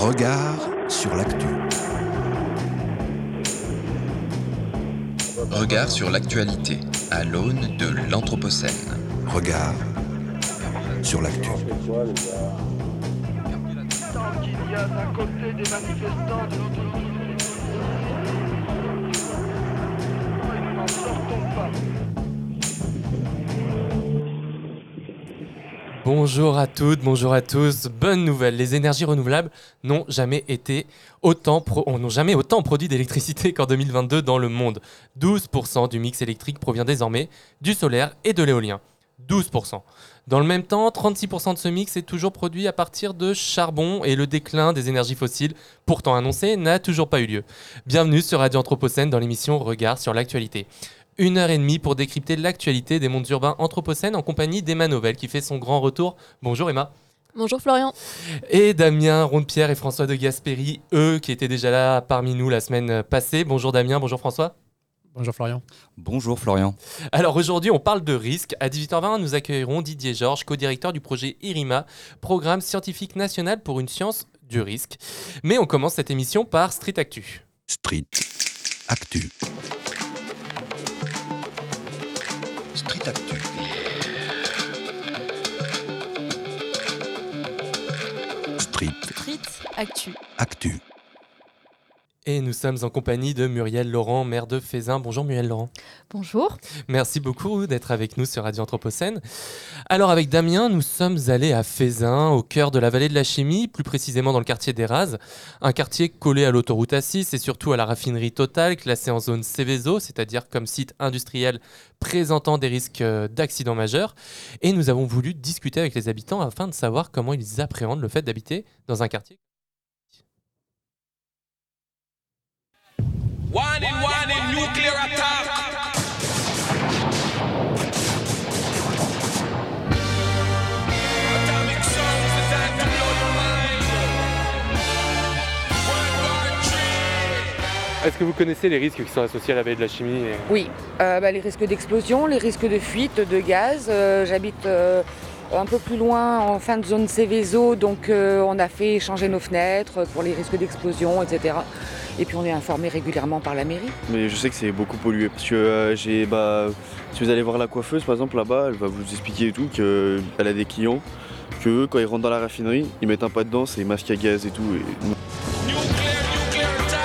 Regard sur l'actu. Regard sur l'actualité, à l'aune de l'Anthropocène. Regard sur l'actu. Qu'il y a d'un côté des manifestants, de l'autre et nous n'en sortons pas. Bonjour à toutes, bonjour à tous. Bonne nouvelle, les énergies renouvelables n'ont jamais autant produit d'électricité qu'en 2022 dans le monde. 12% du mix électrique provient désormais du solaire et de l'éolien. 12%. Dans le même temps, 36% de ce mix est toujours produit à partir de charbon et le déclin des énergies fossiles, pourtant annoncé, n'a toujours pas eu lieu. Bienvenue sur Radio Anthropocène dans l'émission Regard sur l'actualité. 1h30 pour décrypter l'actualité des mondes urbains anthropocènes en compagnie d'Emma Novelle qui fait son grand retour. Bonjour Emma. Bonjour Florian. Et Damien Rondepierre et François de Gasperi, eux qui étaient déjà là parmi nous la semaine passée. Bonjour Damien, bonjour François. Bonjour Florian. Bonjour Florian. Alors aujourd'hui on parle de risque. À 18h20 nous accueillerons Didier Georges, co-directeur du projet IRIMA, Programme scientifique national pour une science du risque. Mais on commence cette émission par Street Actu. Street Actu. Street Actu. Street Actu. Actu. Et nous sommes en compagnie de Muriel Laurent, maire de Fézin. Bonjour Muriel Laurent. Bonjour. Merci beaucoup d'être avec nous sur Radio Anthropocène. Alors avec Damien, nous sommes allés à Fézin, au cœur de la vallée de la Chimie, plus précisément dans le quartier d'Héraz, un quartier collé à l'autoroute A6 et surtout à la raffinerie Total, classée en zone Seveso, c'est-à-dire comme site industriel présentant des risques d'accidents majeurs. Et nous avons voulu discuter avec les habitants afin de savoir comment ils appréhendent le fait d'habiter dans un quartier. Warning, nuclear attack! Atomic songs designed to blow your mind. World War III. Est-ce que vous connaissez les risques qui sont associés à la vallée de la Chimie Oui, les risques d'explosion, les risques de fuite de gaz. J'habite un peu plus loin en fin de zone Seveso, donc on a fait changer nos fenêtres pour les risques d'explosion, etc. Et puis on est informé régulièrement par la mairie. Mais je sais que c'est beaucoup pollué parce que si vous allez voir la coiffeuse par exemple là-bas, elle va vous expliquer et tout qu'elle a des clients que eux, quand ils rentrent dans la raffinerie, ils mettent un pas dedans, c'est masque à gaz et tout. Nuclear attack!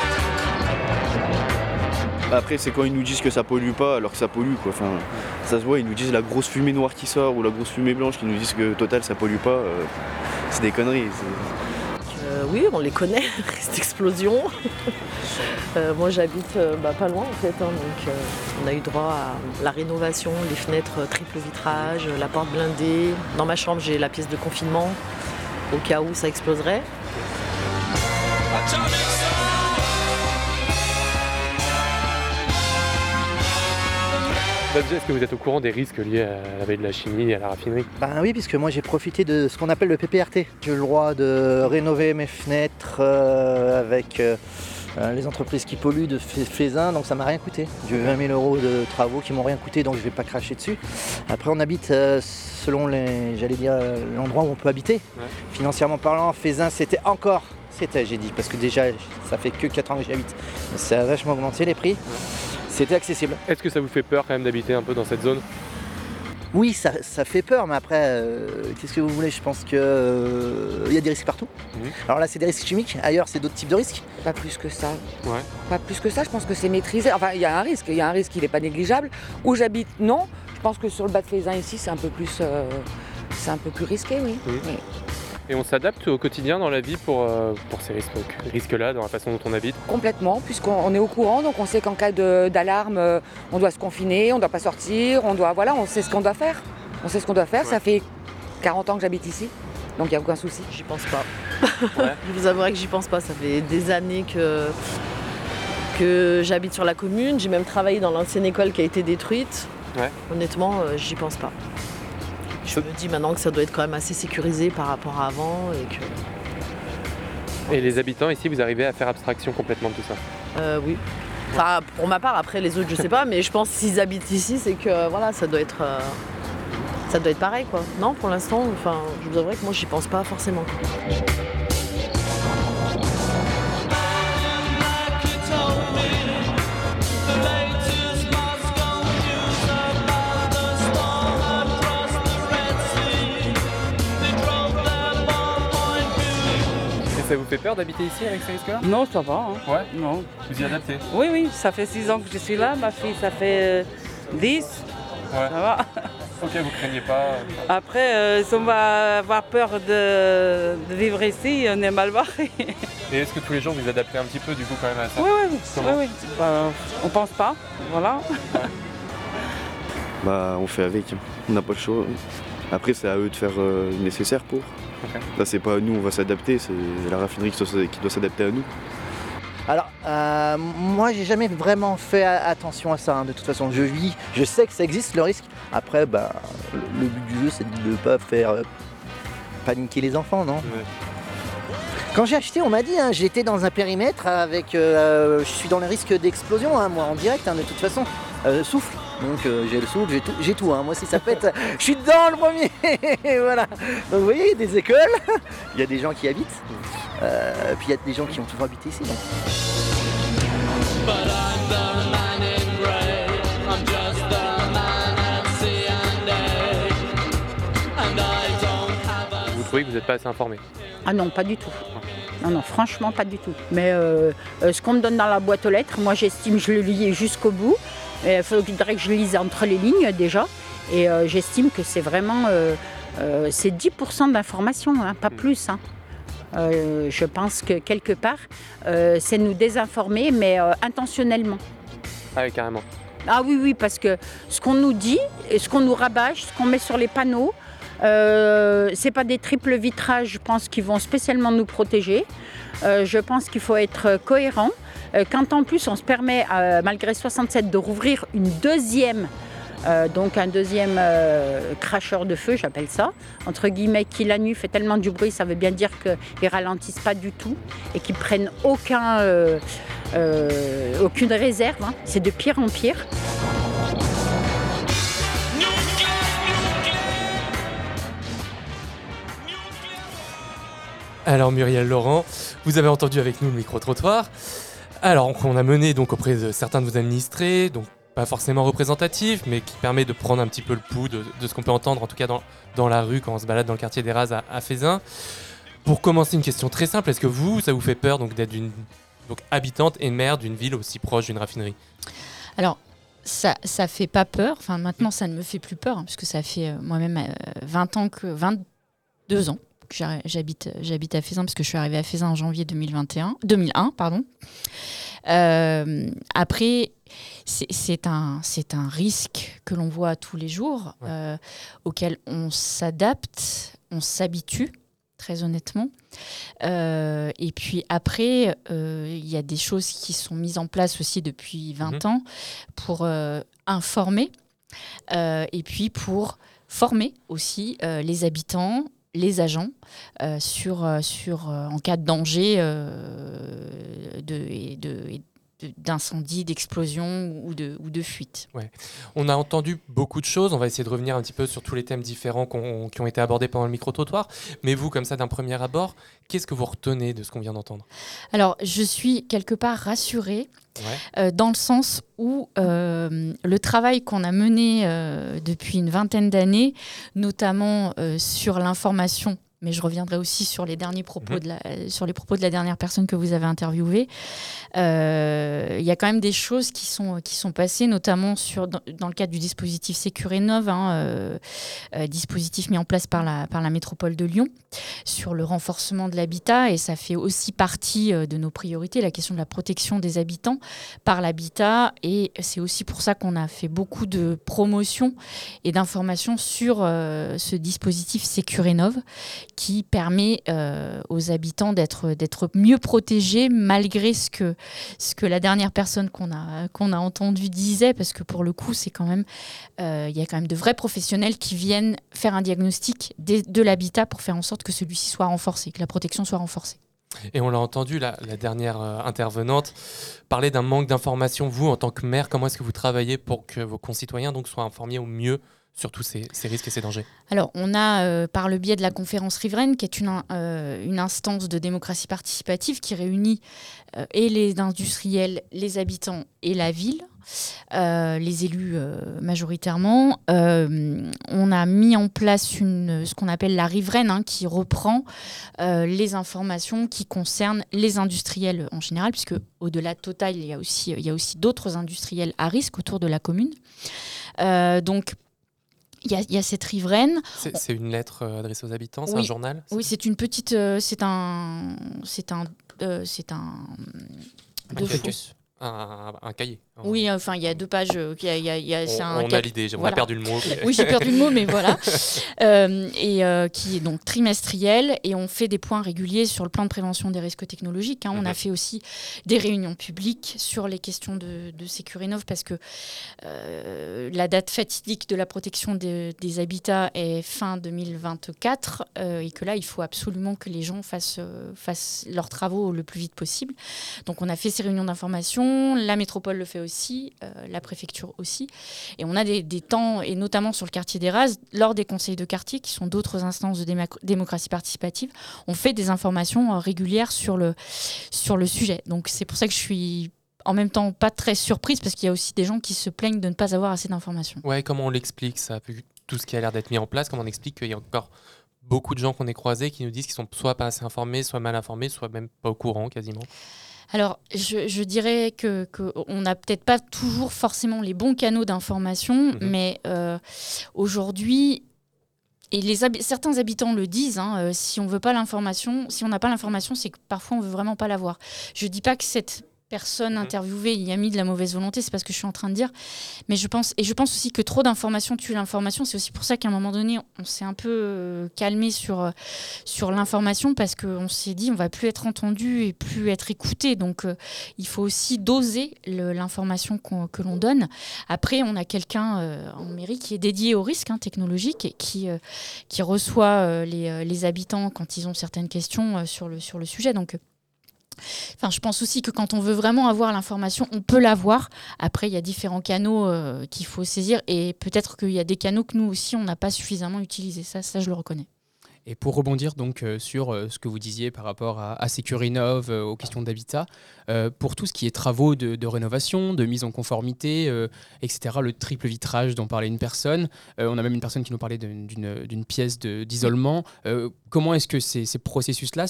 Après c'est quand ils nous disent que ça pollue pas alors que ça pollue quoi. Enfin, ça se voit, ils nous disent la grosse fumée noire qui sort ou la grosse fumée blanche qui nous disent que Total ça pollue pas. C'est des conneries. Oui, on les connaît, risque d'explosion. Moi j'habite pas loin en fait, donc on a eu droit à la rénovation, les fenêtres triple vitrage, la porte blindée. Dans ma chambre j'ai la pièce de confinement au cas où ça exploserait. Atomic Est-ce que vous êtes au courant des risques liés à la vallée de la Chimie et à la raffinerie ? Ben oui, puisque moi j'ai profité de ce qu'on appelle le PPRT. J'ai eu le droit de rénover mes fenêtres avec les entreprises qui polluent de Fézin, donc ça m'a rien coûté. J'ai eu 20 000 € de travaux qui m'ont rien coûté, donc je vais pas cracher dessus. Après on habite selon l'endroit où on peut habiter. Ouais. Financièrement parlant, Fézin j'ai dit, parce que déjà ça fait que 4 ans que j'y habite. Ça a vachement augmenté les prix. Ouais. C'était accessible. Est-ce que ça vous fait peur quand même d'habiter un peu dans cette zone ? Oui, ça fait peur, mais après, qu'est-ce que vous voulez ? Je pense qu'il y a des risques partout. Alors là, c'est des risques chimiques. Ailleurs, c'est d'autres types de risques. Pas plus que ça. Ouais. Pas plus que ça, je pense que c'est maîtrisé. Enfin, il y a un risque, il n'est pas négligeable. Où j'habite, non. Je pense que sur le bas de Fézin, ici, c'est un peu plus risqué, oui. Oui. Et on s'adapte au quotidien dans la vie pour ces risques-là, dans la façon dont on habite ? Complètement, puisqu'on est au courant, donc on sait qu'en cas d'alarme, on doit se confiner, on ne doit pas sortir, on sait ce qu'on doit faire. Ouais. Ça fait 40 ans que j'habite ici, donc il n'y a aucun souci. J'y pense pas. Ouais. Je vous avouerai que j'y pense pas, ça fait des années que j'habite sur la commune, j'ai même travaillé dans l'ancienne école qui a été détruite. Ouais. Honnêtement, j'y pense pas. Je me dis maintenant que ça doit être quand même assez sécurisé par rapport à avant et que... Et les habitants ici, vous arrivez à faire abstraction complètement de tout ça ? Oui. Enfin, pour ma part, après les autres, je sais pas, mais je pense que s'ils habitent ici, c'est que voilà, ça doit être pareil, quoi. Non, pour l'instant, enfin, je vous avouerai que moi, j'y pense pas forcément. Ça vous fait peur d'habiter ici avec ces risques-là? Non, ça va. Hein. Ouais. Non. Vous y adaptez? Oui, ça fait 6 ans que je suis là. Ma fille, ça fait 10. Ouais. Ça va. Ok, vous craignez pas? Après, si on va avoir peur de vivre ici, on est mal barré. Et est-ce que tous les jours vous adaptez un petit peu du coup quand même à ça? Oui. On pense pas, voilà. Bah, on fait avec, hein. On n'a pas le choix. Après, c'est à eux de faire le nécessaire pour. Okay. Là, c'est pas à nous, on va s'adapter, c'est la raffinerie qui doit s'adapter à nous. Alors, moi, j'ai jamais vraiment fait attention à ça. Hein. De toute façon, je sais que ça existe le risque. Après, le but du jeu, c'est de ne pas faire paniquer les enfants, non? Ouais. Quand j'ai acheté, on m'a dit, hein, j'étais dans un périmètre avec, je suis dans les risques d'explosion, hein, moi, en direct, hein, de toute façon. Souffle. Donc j'ai le souffle, j'ai tout. Hein. Moi, si ça pète, je suis dedans le premier. Voilà. Donc vous voyez, des écoles, il y a des gens qui habitent, puis il y a des gens qui ont toujours habité ici. Donc. Vous trouvez que vous n'êtes pas assez informé? Ah non, pas du tout. Non, franchement, pas du tout. Mais ce qu'on me donne dans la boîte aux lettres, moi, j'estime, je le lis jusqu'au bout. Il faudrait que je lise entre les lignes déjà. Et j'estime que c'est vraiment c'est 10% d'information, hein, pas plus. Hein. Je pense que quelque part, c'est nous désinformer, mais intentionnellement. Ah oui, carrément. Ah oui, parce que ce qu'on nous dit, ce qu'on nous rabâche, ce qu'on met sur les panneaux, c'est pas des triples vitrages, je pense, qui vont spécialement nous protéger. Je pense qu'il faut être cohérent. Quand en plus on se permet, malgré 67, de rouvrir une deuxième, donc un deuxième cracheur de feu, j'appelle ça, entre guillemets, qui la nuit fait tellement du bruit, ça veut bien dire qu'ils ralentissent pas du tout et qu'ils prennent aucune réserve. Hein. C'est de pire en pire. Alors Muriel Laurent, vous avez entendu avec nous le micro-trottoir. Alors on a mené donc auprès de certains de vos administrés, donc pas forcément représentatif, mais qui permet de prendre un petit peu le pouls de ce qu'on peut entendre, en tout cas dans la rue quand on se balade dans le quartier des Razes à Fézin. Pour commencer, une question très simple, est-ce que ça vous fait peur donc, d'être habitante et maire d'une ville aussi proche d'une raffinerie? Alors, ça fait pas peur, enfin maintenant ça ne me fait plus peur, hein, puisque ça fait moi-même 22 ans. J'habite à Fézin parce que je suis arrivée à Fézin en janvier 2001. Après, c'est un risque que l'on voit tous les jours, auquel on s'adapte, on s'habitue, très honnêtement. Et puis après, il y a des choses qui sont mises en place aussi depuis 20 ans pour informer et puis pour former aussi les habitants, les agents en cas de danger d'incendie, d'explosion ou de fuite. Ouais. On a entendu beaucoup de choses, on va essayer de revenir un petit peu sur tous les thèmes différents qui ont été abordés pendant le micro-trottoir, mais vous, comme ça, d'un premier abord, qu'est-ce que vous retenez de ce qu'on vient d'entendre? Alors, je suis quelque part rassurée, dans le sens où le travail qu'on a mené depuis une vingtaine d'années, notamment sur l'information, mais je reviendrai aussi sur les derniers propos sur les propos de la dernière personne que vous avez interviewée. Il y a quand même des choses qui sont passées, notamment dans le cadre du dispositif Sécurénov, dispositif mis en place par la métropole de Lyon, sur le renforcement de l'habitat, et ça fait aussi partie de nos priorités, la question de la protection des habitants par l'habitat, et c'est aussi pour ça qu'on a fait beaucoup de promotions et d'informations sur ce dispositif Sécurénov, qui permet aux habitants d'être mieux protégés malgré ce que la dernière personne qu'on a entendue disait, parce que pour le coup, c'est quand même il y a quand même de vrais professionnels qui viennent faire un diagnostic de l'habitat pour faire en sorte que celui-ci soit renforcé, que la protection soit renforcée. Et on l'a entendu, la dernière intervenante parler d'un manque d'information. Vous, en tant que maire, comment est-ce que vous travaillez pour que vos concitoyens donc, soient informés au mieux sur tous ces risques et ces dangers? Alors, on a, par le biais de la conférence riveraine, qui est une instance de démocratie participative qui réunit et les industriels, les habitants et la ville, les élus majoritairement. On a mis en place ce qu'on appelle la riveraine, qui reprend les informations qui concernent les industriels en général, puisque au-delà de Total, il y a aussi d'autres industriels à risque autour de la commune. Donc, il y a cette riveraine. C'est une lettre adressée aux habitants, c'est un journal? Oui, c'est une petite. C'est un cahier. Oui, enfin, il y a 2 pages. On a l'idée, on a perdu le mot. Oui, j'ai perdu le mot, mais voilà. Qui est donc trimestriel, et on fait des points réguliers sur le plan de prévention des risques technologiques. On a fait aussi des réunions publiques sur les questions de Sécurénov, parce que la date fatidique de la protection des habitats est fin 2024, et que là, il faut absolument que les gens fassent leurs travaux le plus vite possible. Donc, on a fait ces réunions d'information. La métropole le fait aussi, la préfecture aussi. Et on a des temps, et notamment sur le quartier d'Héraz, lors des conseils de quartier, qui sont d'autres instances de démocratie participative, on fait des informations régulières sur le sujet. Donc c'est pour ça que je suis en même temps pas très surprise, parce qu'il y a aussi des gens qui se plaignent de ne pas avoir assez d'informations. Ouais, comment on l'explique ça, tout ce qui a l'air d'être mis en place, comment on explique qu'il y a encore beaucoup de gens qu'on ait croisés qui nous disent qu'ils sont soit pas assez informés, soit mal informés, soit même pas au courant quasiment? Alors, je dirais qu'on n'a peut-être pas toujours forcément les bons canaux d'information, mais aujourd'hui, et certains habitants le disent, si on veut pas l'information, si on n'a pas l'information, c'est que parfois on veut vraiment pas l'avoir. Je dis pas que cette personne interviewée y a mis de la mauvaise volonté, c'est pas ce que je suis en train de dire, mais je pense aussi que trop d'informations tue l'information. C'est aussi pour ça qu'à un moment donné, on s'est un peu calmé sur l'information, parce qu'on s'est dit on va plus être entendu et plus être écouté. Donc il faut aussi doser l'information que l'on donne. Après, on a quelqu'un en mairie qui est dédié aux risques technologiques, et qui reçoit les habitants quand ils ont certaines questions sur le sujet. Donc je pense aussi que quand on veut vraiment avoir l'information, on peut l'avoir. Après, il y a différents canaux qu'il faut saisir, et peut-être qu'il y a des canaux que nous aussi, on n'a pas suffisamment utilisés. Ça, je le reconnais. Et pour rebondir donc sur ce que vous disiez par rapport à Sécurénov, aux questions d'habitat, pour tout ce qui est travaux de rénovation, de mise en conformité, etc., le triple vitrage dont parlait une personne, on a même une personne qui nous parlait d'une pièce d'isolement. Comment est-ce que ces processus-là,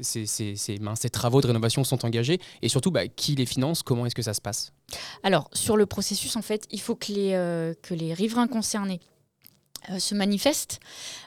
ces travaux de rénovation sont engagés, et surtout qui les finance? Comment est-ce que ça se passe? Alors, sur le processus, en fait, il faut que les riverains concernés se manifestent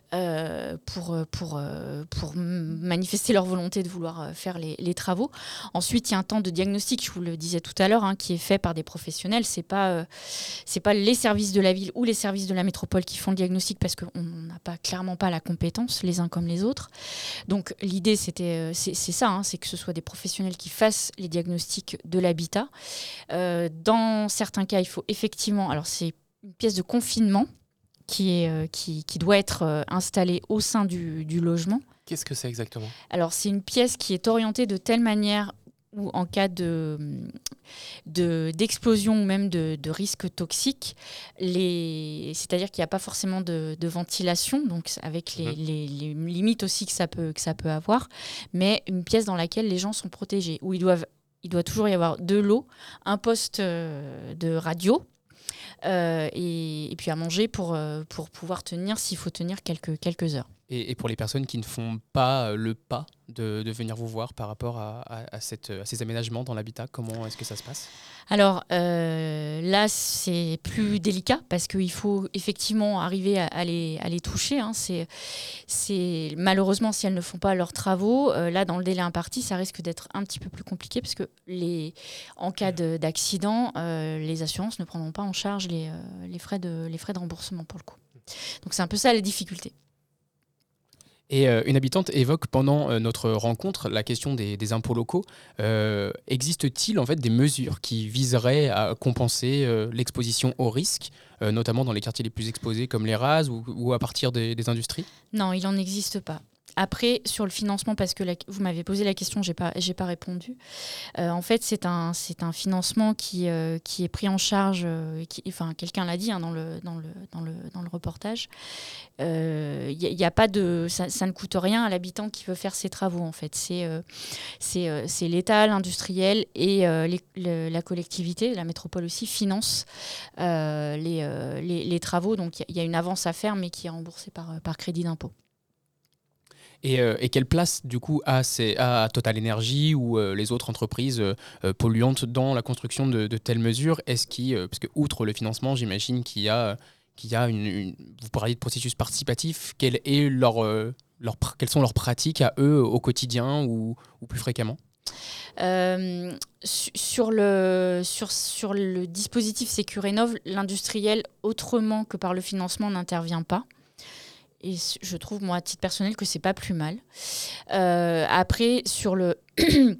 pour manifester leur volonté de vouloir faire les travaux. Ensuite, il y a un temps de diagnostic, je vous le disais tout à l'heure, qui est fait par des professionnels. C'est pas les services de la ville ou les services de la métropole qui font le diagnostic, parce qu'on n'a clairement pas la compétence, les uns comme les autres. Donc l'idée, c'est ça, c'est que ce soit des professionnels qui fassent les diagnostics de l'habitat. Dans certains cas, il faut effectivement... Alors c'est une pièce de confinement qui doit être installée au sein du logement. Qu'est-ce que c'est exactement? Alors, c'est une pièce qui est orientée de telle manière où, en cas d'explosion ou même de risque toxique, c'est-à-dire qu'il n'y a pas forcément de ventilation, donc avec les limites aussi que ça peut avoir, mais une pièce dans laquelle les gens sont protégés, où il doit toujours y avoir de l'eau, un poste de radio, et puis à manger pour pouvoir tenir, s'il faut tenir quelques heures. Et pour les personnes qui ne font pas le pas de venir vous voir par rapport à ces aménagements dans l'habitat, comment est-ce que ça se passe? Alors là, c'est plus délicat, parce qu'il faut effectivement arriver à les toucher. C'est malheureusement, si elles ne font pas leurs travaux, là, dans le délai imparti, ça risque d'être un petit peu plus compliqué, parce que en cas d'accident, les assurances ne prendront pas en charge les frais de remboursement, pour le coup. Donc c'est un peu ça la difficulté. Et une habitante évoque pendant notre rencontre la question des impôts locaux. Existe-t-il en fait des mesures qui viseraient à compenser l'exposition au risque, notamment dans les quartiers les plus exposés comme les RAS ou à partir des industries? Non, il n'en existe pas. Après, sur le financement, parce que vous m'avez posé la question, j'ai pas répondu. En fait, c'est un financement qui est pris en charge, quelqu'un l'a dit dans le reportage. Y a pas de, ça ne coûte rien à l'habitant qui veut faire ses travaux. En fait, c'est l'État, l'industriel et la collectivité, la métropole aussi, finance les travaux. Donc, il y a une avance à faire, mais qui est remboursée par crédit d'impôt. Et quelle place, du coup, a Total Energy ou les autres entreprises polluantes dans la construction de telles mesures? Parce que, outre le financement, j'imagine qu'il y a vous parliez de processus participatif. Quelles sont leurs pratiques à eux au quotidien ou plus fréquemment? Sur le dispositif SécuRénov', l'industriel, autrement que par le financement, n'intervient pas. Et je trouve, moi, à titre personnel, que c'est pas plus mal. Après, ils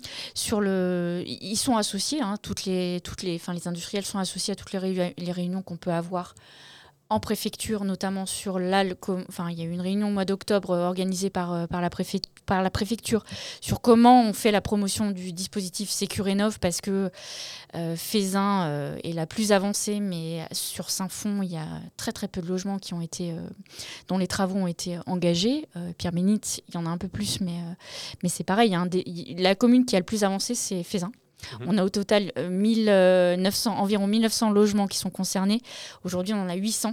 sont associés, hein, les industriels sont associés à toutes les réunions qu'on peut avoir en préfecture, notamment sur il y a eu une réunion au mois d'octobre organisée par la préfecture sur comment on fait la promotion du dispositif SécuRénov', parce que Feyzin est la plus avancée, mais sur Saint-Fond, il y a très très peu de logements dont les travaux ont été engagés. Pierre-Bénite, il y en a un peu plus, mais c'est pareil. La commune qui a le plus avancé, c'est Feyzin. On a au total environ 1900 logements qui sont concernés. Aujourd'hui, on en a 800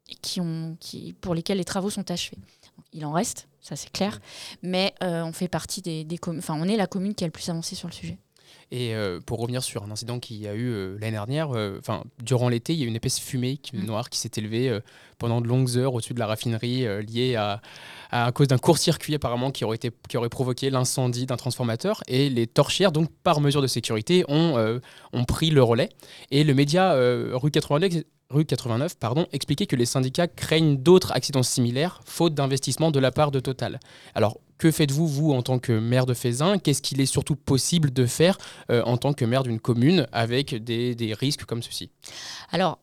pour lesquels les travaux sont achevés. Il en reste, ça c'est clair, mais on fait partie on est la commune qui a le plus avancé sur le sujet. Et pour revenir sur un incident qu'il y a eu l'année dernière, durant l'été, il y a une épaisse fumée noire qui s'est élevée pendant de longues heures au-dessus de la raffinerie, liée à cause d'un court-circuit apparemment qui aurait provoqué l'incendie d'un transformateur. Et les torchères, donc par mesure de sécurité, ont pris le relais. Et le média Rue 89 expliquait que les syndicats craignent d'autres accidents similaires, faute d'investissement de la part de Total. Alors, que faites-vous, vous, en tant que maire de Feyzin? Qu'est-ce qu'il est surtout possible de faire en tant que maire d'une commune avec des risques comme ceci? Alors,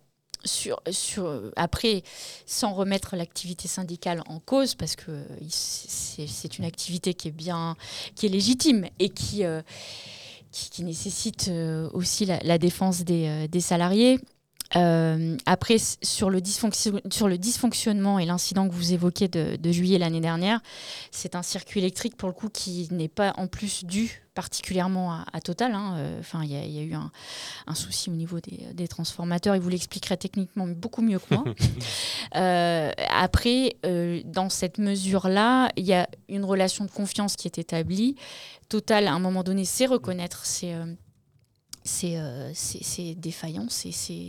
après, sans remettre l'activité syndicale en cause, parce que c'est une activité qui est légitime et qui nécessite aussi la défense des salariés. Après, sur le dysfonctionnement et l'incident que vous évoquez de juillet l'année dernière, c'est un circuit électrique pour le coup qui n'est pas en plus dû particulièrement à Total. Il y a eu un souci au niveau des transformateurs. Il vous l'expliquerait techniquement beaucoup mieux que moi. Après, dans cette mesure-là, il y a une relation de confiance qui est établie. Total, à un moment donné, sait reconnaître ces défaillances et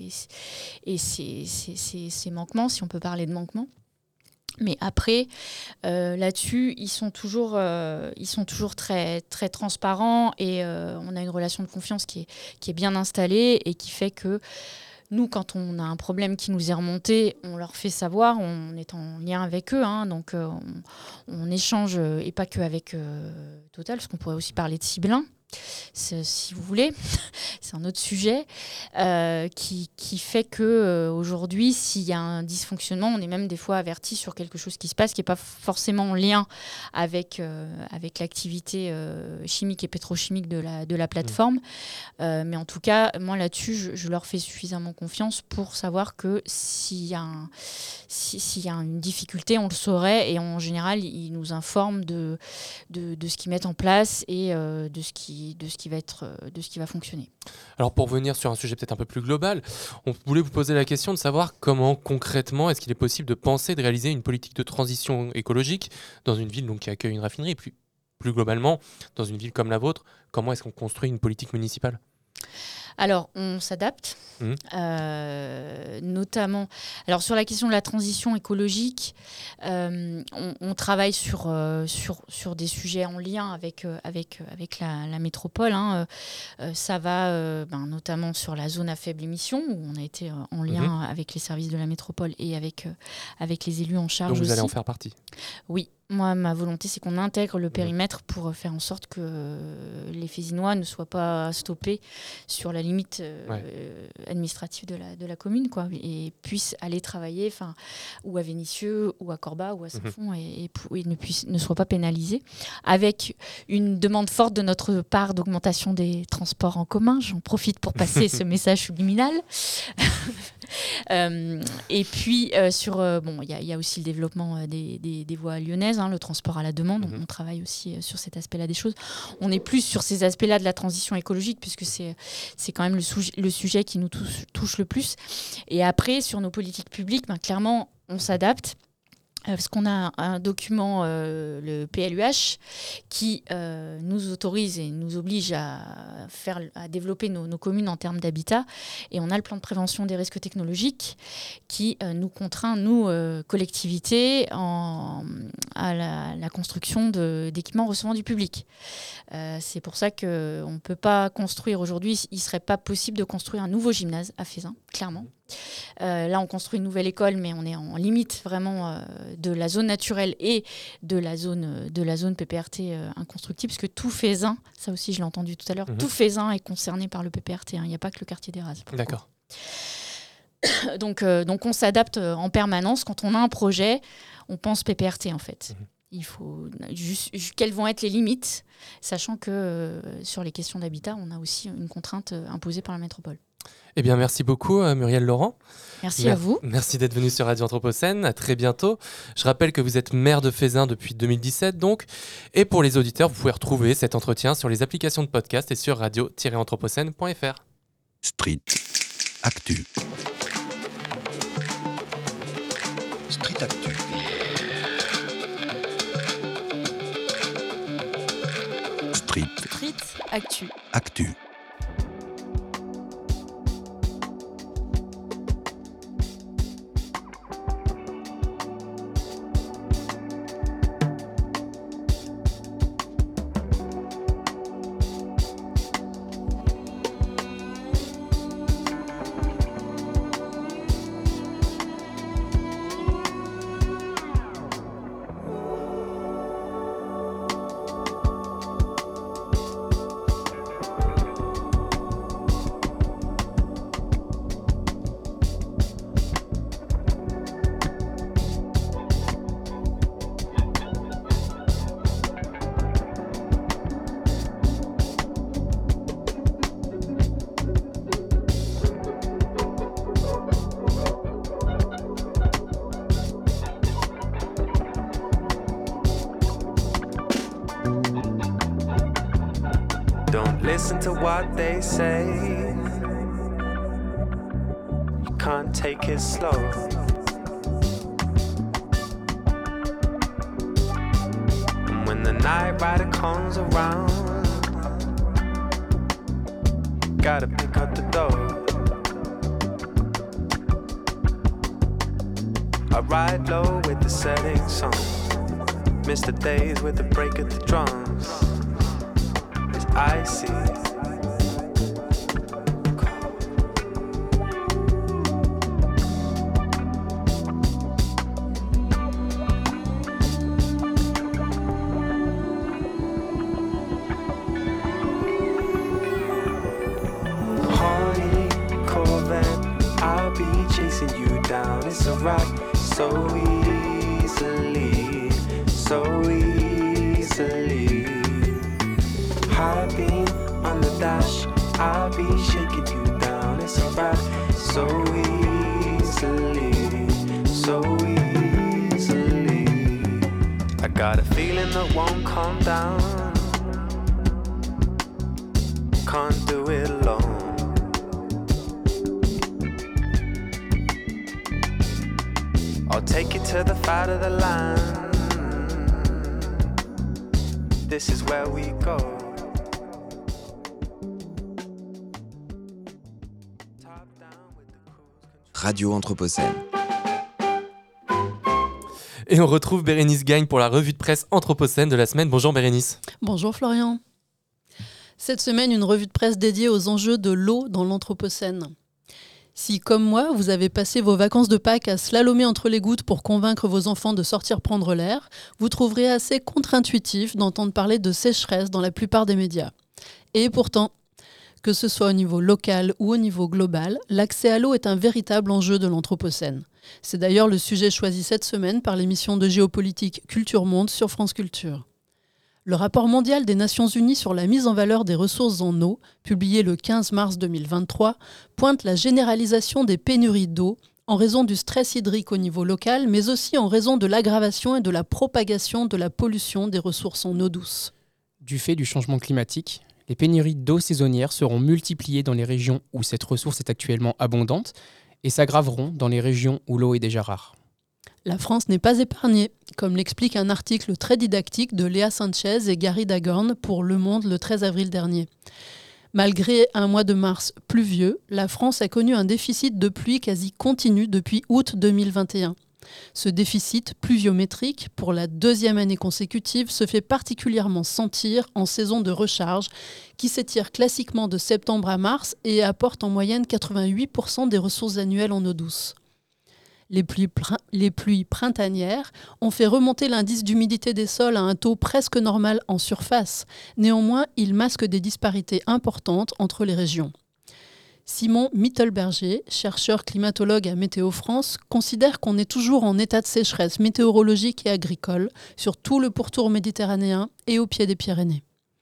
ces manquements, si on peut parler de manquements. Mais après, là-dessus, ils sont toujours très, très transparents et on a une relation de confiance qui est bien installée et qui fait que nous, quand on a un problème qui nous est remonté, on leur fait savoir, on est en lien avec eux, donc on échange, et pas qu'avec Total, parce qu'on pourrait aussi parler de Ciblin. Si vous voulez, c'est un autre sujet qui fait que aujourd'hui, s'il y a un dysfonctionnement, on est même des fois averti sur quelque chose qui se passe qui n'est pas forcément en lien avec l'activité chimique et pétrochimique de la plateforme. Mais en tout cas, moi là-dessus, je leur fais suffisamment confiance pour savoir que s'il y a une difficulté, on le saurait, et en général, ils nous informent de ce qu'ils mettent en place et de ce qui va fonctionner. Alors pour revenir sur un sujet peut-être un peu plus global, on voulait vous poser la question de savoir comment concrètement est-ce qu'il est possible de penser, de réaliser une politique de transition écologique dans une ville donc, qui accueille une raffinerie, et puis plus globalement, dans une ville comme la vôtre, comment est-ce qu'on construit une politique municipale ? Alors, on s'adapte, notamment... Alors, sur la question de la transition écologique, on travaille sur des sujets en lien avec la métropole. Ça va notamment sur la zone à faible émission, où on a été en lien avec les services de la métropole et avec les élus en charge. Donc, vous aussi. allez en faire partie ? Oui. Moi, ma volonté, c'est qu'on intègre le périmètre pour faire en sorte que les Fésinois ne soient pas stoppés sur la limite administrative de la commune, quoi, et puissent aller travailler ou à Vénissieux, ou à Corba, ou à Saint-Fond, et ne soient pas pénalisés. Avec une demande forte de notre part d'augmentation des transports en commun. J'en profite pour passer ce message subliminal. Et puis, il y a aussi le développement des voies lyonnaises, le transport à la demande. On travaille aussi sur cet aspect-là des choses. On est plus sur ces aspects-là de la transition écologique, puisque c'est quand même le sujet qui nous touche le plus. Et après, sur nos politiques publiques, clairement, on s'adapte. Parce qu'on a un document, le PLUH, qui nous autorise et nous oblige à développer nos communes en termes d'habitat. Et on a le plan de prévention des risques technologiques qui nous contraint, nous, collectivités, à la construction d'équipements recevant du public. C'est pour ça qu'on ne peut pas construire aujourd'hui, il ne serait pas possible de construire un nouveau gymnase à Fézin, clairement. Là, on construit une nouvelle école, mais on est en limite vraiment de la zone naturelle et de la zone PPRT inconstructible, parce que tout Fézin, ça aussi je l'ai entendu tout à l'heure, tout Fézin est concerné par le PPRT. Il n'y a pas que le quartier des Rases. D'accord. Donc on s'adapte en permanence. Quand on a un projet, on pense PPRT en fait. Il faut quelles vont être les limites, sachant que sur les questions d'habitat, on a aussi une contrainte imposée par la métropole. Eh bien, merci beaucoup, Muriel Laurent. Merci à vous. Merci d'être venue sur Radio Anthropocène. À très bientôt. Je rappelle que vous êtes maire de Fézin depuis 2017, donc. Et pour les auditeurs, vous pouvez retrouver cet entretien sur les applications de podcast et sur radio-anthropocène.fr. Street Actu. Street Actu. Street Actu. Actu. Listen to what they say. You can't take it slow. And when the night rider comes around, you gotta pick up the dough. I ride low with the setting sun, miss the days with the break of the drums. I see. Honey, Corvette, I'll be chasing you down. It's a ride so easily, so easily. High beam on the dash, I'll be shaking you down. It's a ride so easily, so easily. I got a feeling that won't calm down. Can't do it alone. I'll take you to the fat of the land. This is where we go. Radio Anthropocène. Et on retrouve Bérénice Gagne pour la revue de presse Anthropocène de la semaine. Bonjour Bérénice. Bonjour Florian. Cette semaine, une revue de presse dédiée aux enjeux de l'eau dans l'Anthropocène. Si, comme moi, vous avez passé vos vacances de Pâques à slalomer entre les gouttes pour convaincre vos enfants de sortir prendre l'air, vous trouverez assez contre-intuitif d'entendre parler de sécheresse dans la plupart des médias. Et pourtant, que ce soit au niveau local ou au niveau global, l'accès à l'eau est un véritable enjeu de l'Anthropocène. C'est d'ailleurs le sujet choisi cette semaine par l'émission de géopolitique Culture Monde sur France Culture. Le rapport mondial des Nations Unies sur la mise en valeur des ressources en eau, publié le 15 mars 2023, pointe la généralisation des pénuries d'eau en raison du stress hydrique au niveau local, mais aussi en raison de l'aggravation et de la propagation de la pollution des ressources en eau douce. Du fait du changement climatique, les pénuries d'eau saisonnière seront multipliées dans les régions où cette ressource est actuellement abondante et s'aggraveront dans les régions où l'eau est déjà rare. La France n'est pas épargnée, comme l'explique un article très didactique de Léa Sanchez et Gary Dagorn pour Le Monde le 13 avril dernier. Malgré un mois de mars pluvieux, la France a connu un déficit de pluie quasi continu depuis août 2021. Ce déficit pluviométrique, pour la deuxième année consécutive, se fait particulièrement sentir en saison de recharge, qui s'étire classiquement de septembre à mars et apporte en moyenne 88% des ressources annuelles en eau douce. Les pluies printanières ont fait remonter l'indice d'humidité des sols à un taux presque normal en surface. Néanmoins, il masque des disparités importantes entre les régions. Simon Mittelberger, chercheur climatologue à Météo France, considère qu'on est toujours en état de sécheresse météorologique et agricole sur tout le pourtour méditerranéen et au pied des Pyrénées.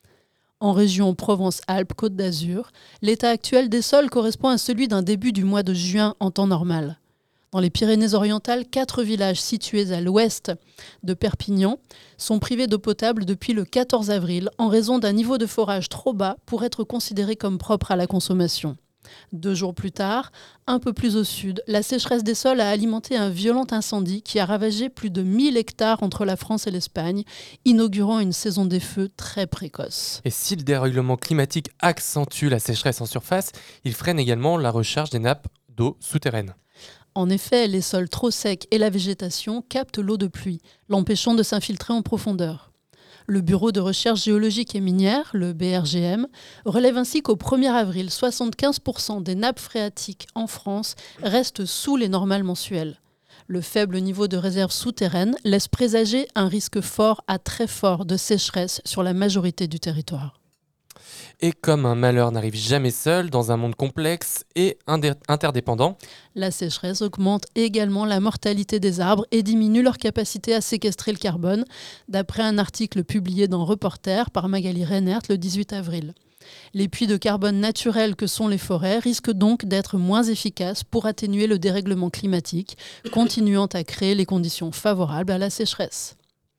En région Provence-Alpes-Côte d'Azur, l'état actuel des sols correspond à celui d'un début du mois de juin en temps normal. Dans les Pyrénées-Orientales, 4 villages situés à l'ouest de Perpignan sont privés d'eau potable depuis le 14 avril en raison d'un niveau de forage trop bas pour être considéré comme propre à la consommation. 2 jours plus tard, un peu plus au sud, la sécheresse des sols a alimenté un violent incendie qui a ravagé plus de 1000 hectares entre la France et l'Espagne, inaugurant une saison des feux très précoce. Et si le dérèglement climatique accentue la sécheresse en surface, il freine également la recharge des nappes d'eau souterraines. En effet, les sols trop secs et la végétation captent l'eau de pluie, l'empêchant de s'infiltrer en profondeur. Le Bureau de recherche géologique et minière, le BRGM, relève ainsi qu'au 1er avril, 75% des nappes phréatiques en France restent sous les normales mensuelles. Le faible niveau de réserve souterraine laisse présager un risque fort à très fort de sécheresse sur la majorité du territoire. Et comme un malheur n'arrive jamais seul dans un monde complexe et interdépendant, la sécheresse augmente également la mortalité des arbres et diminue leur capacité à séquestrer le carbone, d'après un article publié dans Reporter par Magali Reinert le 18 avril. Les puits de carbone naturels que sont les forêts risquent donc d'être moins efficaces pour atténuer le dérèglement climatique, continuant à créer les conditions favorables à la sécheresse.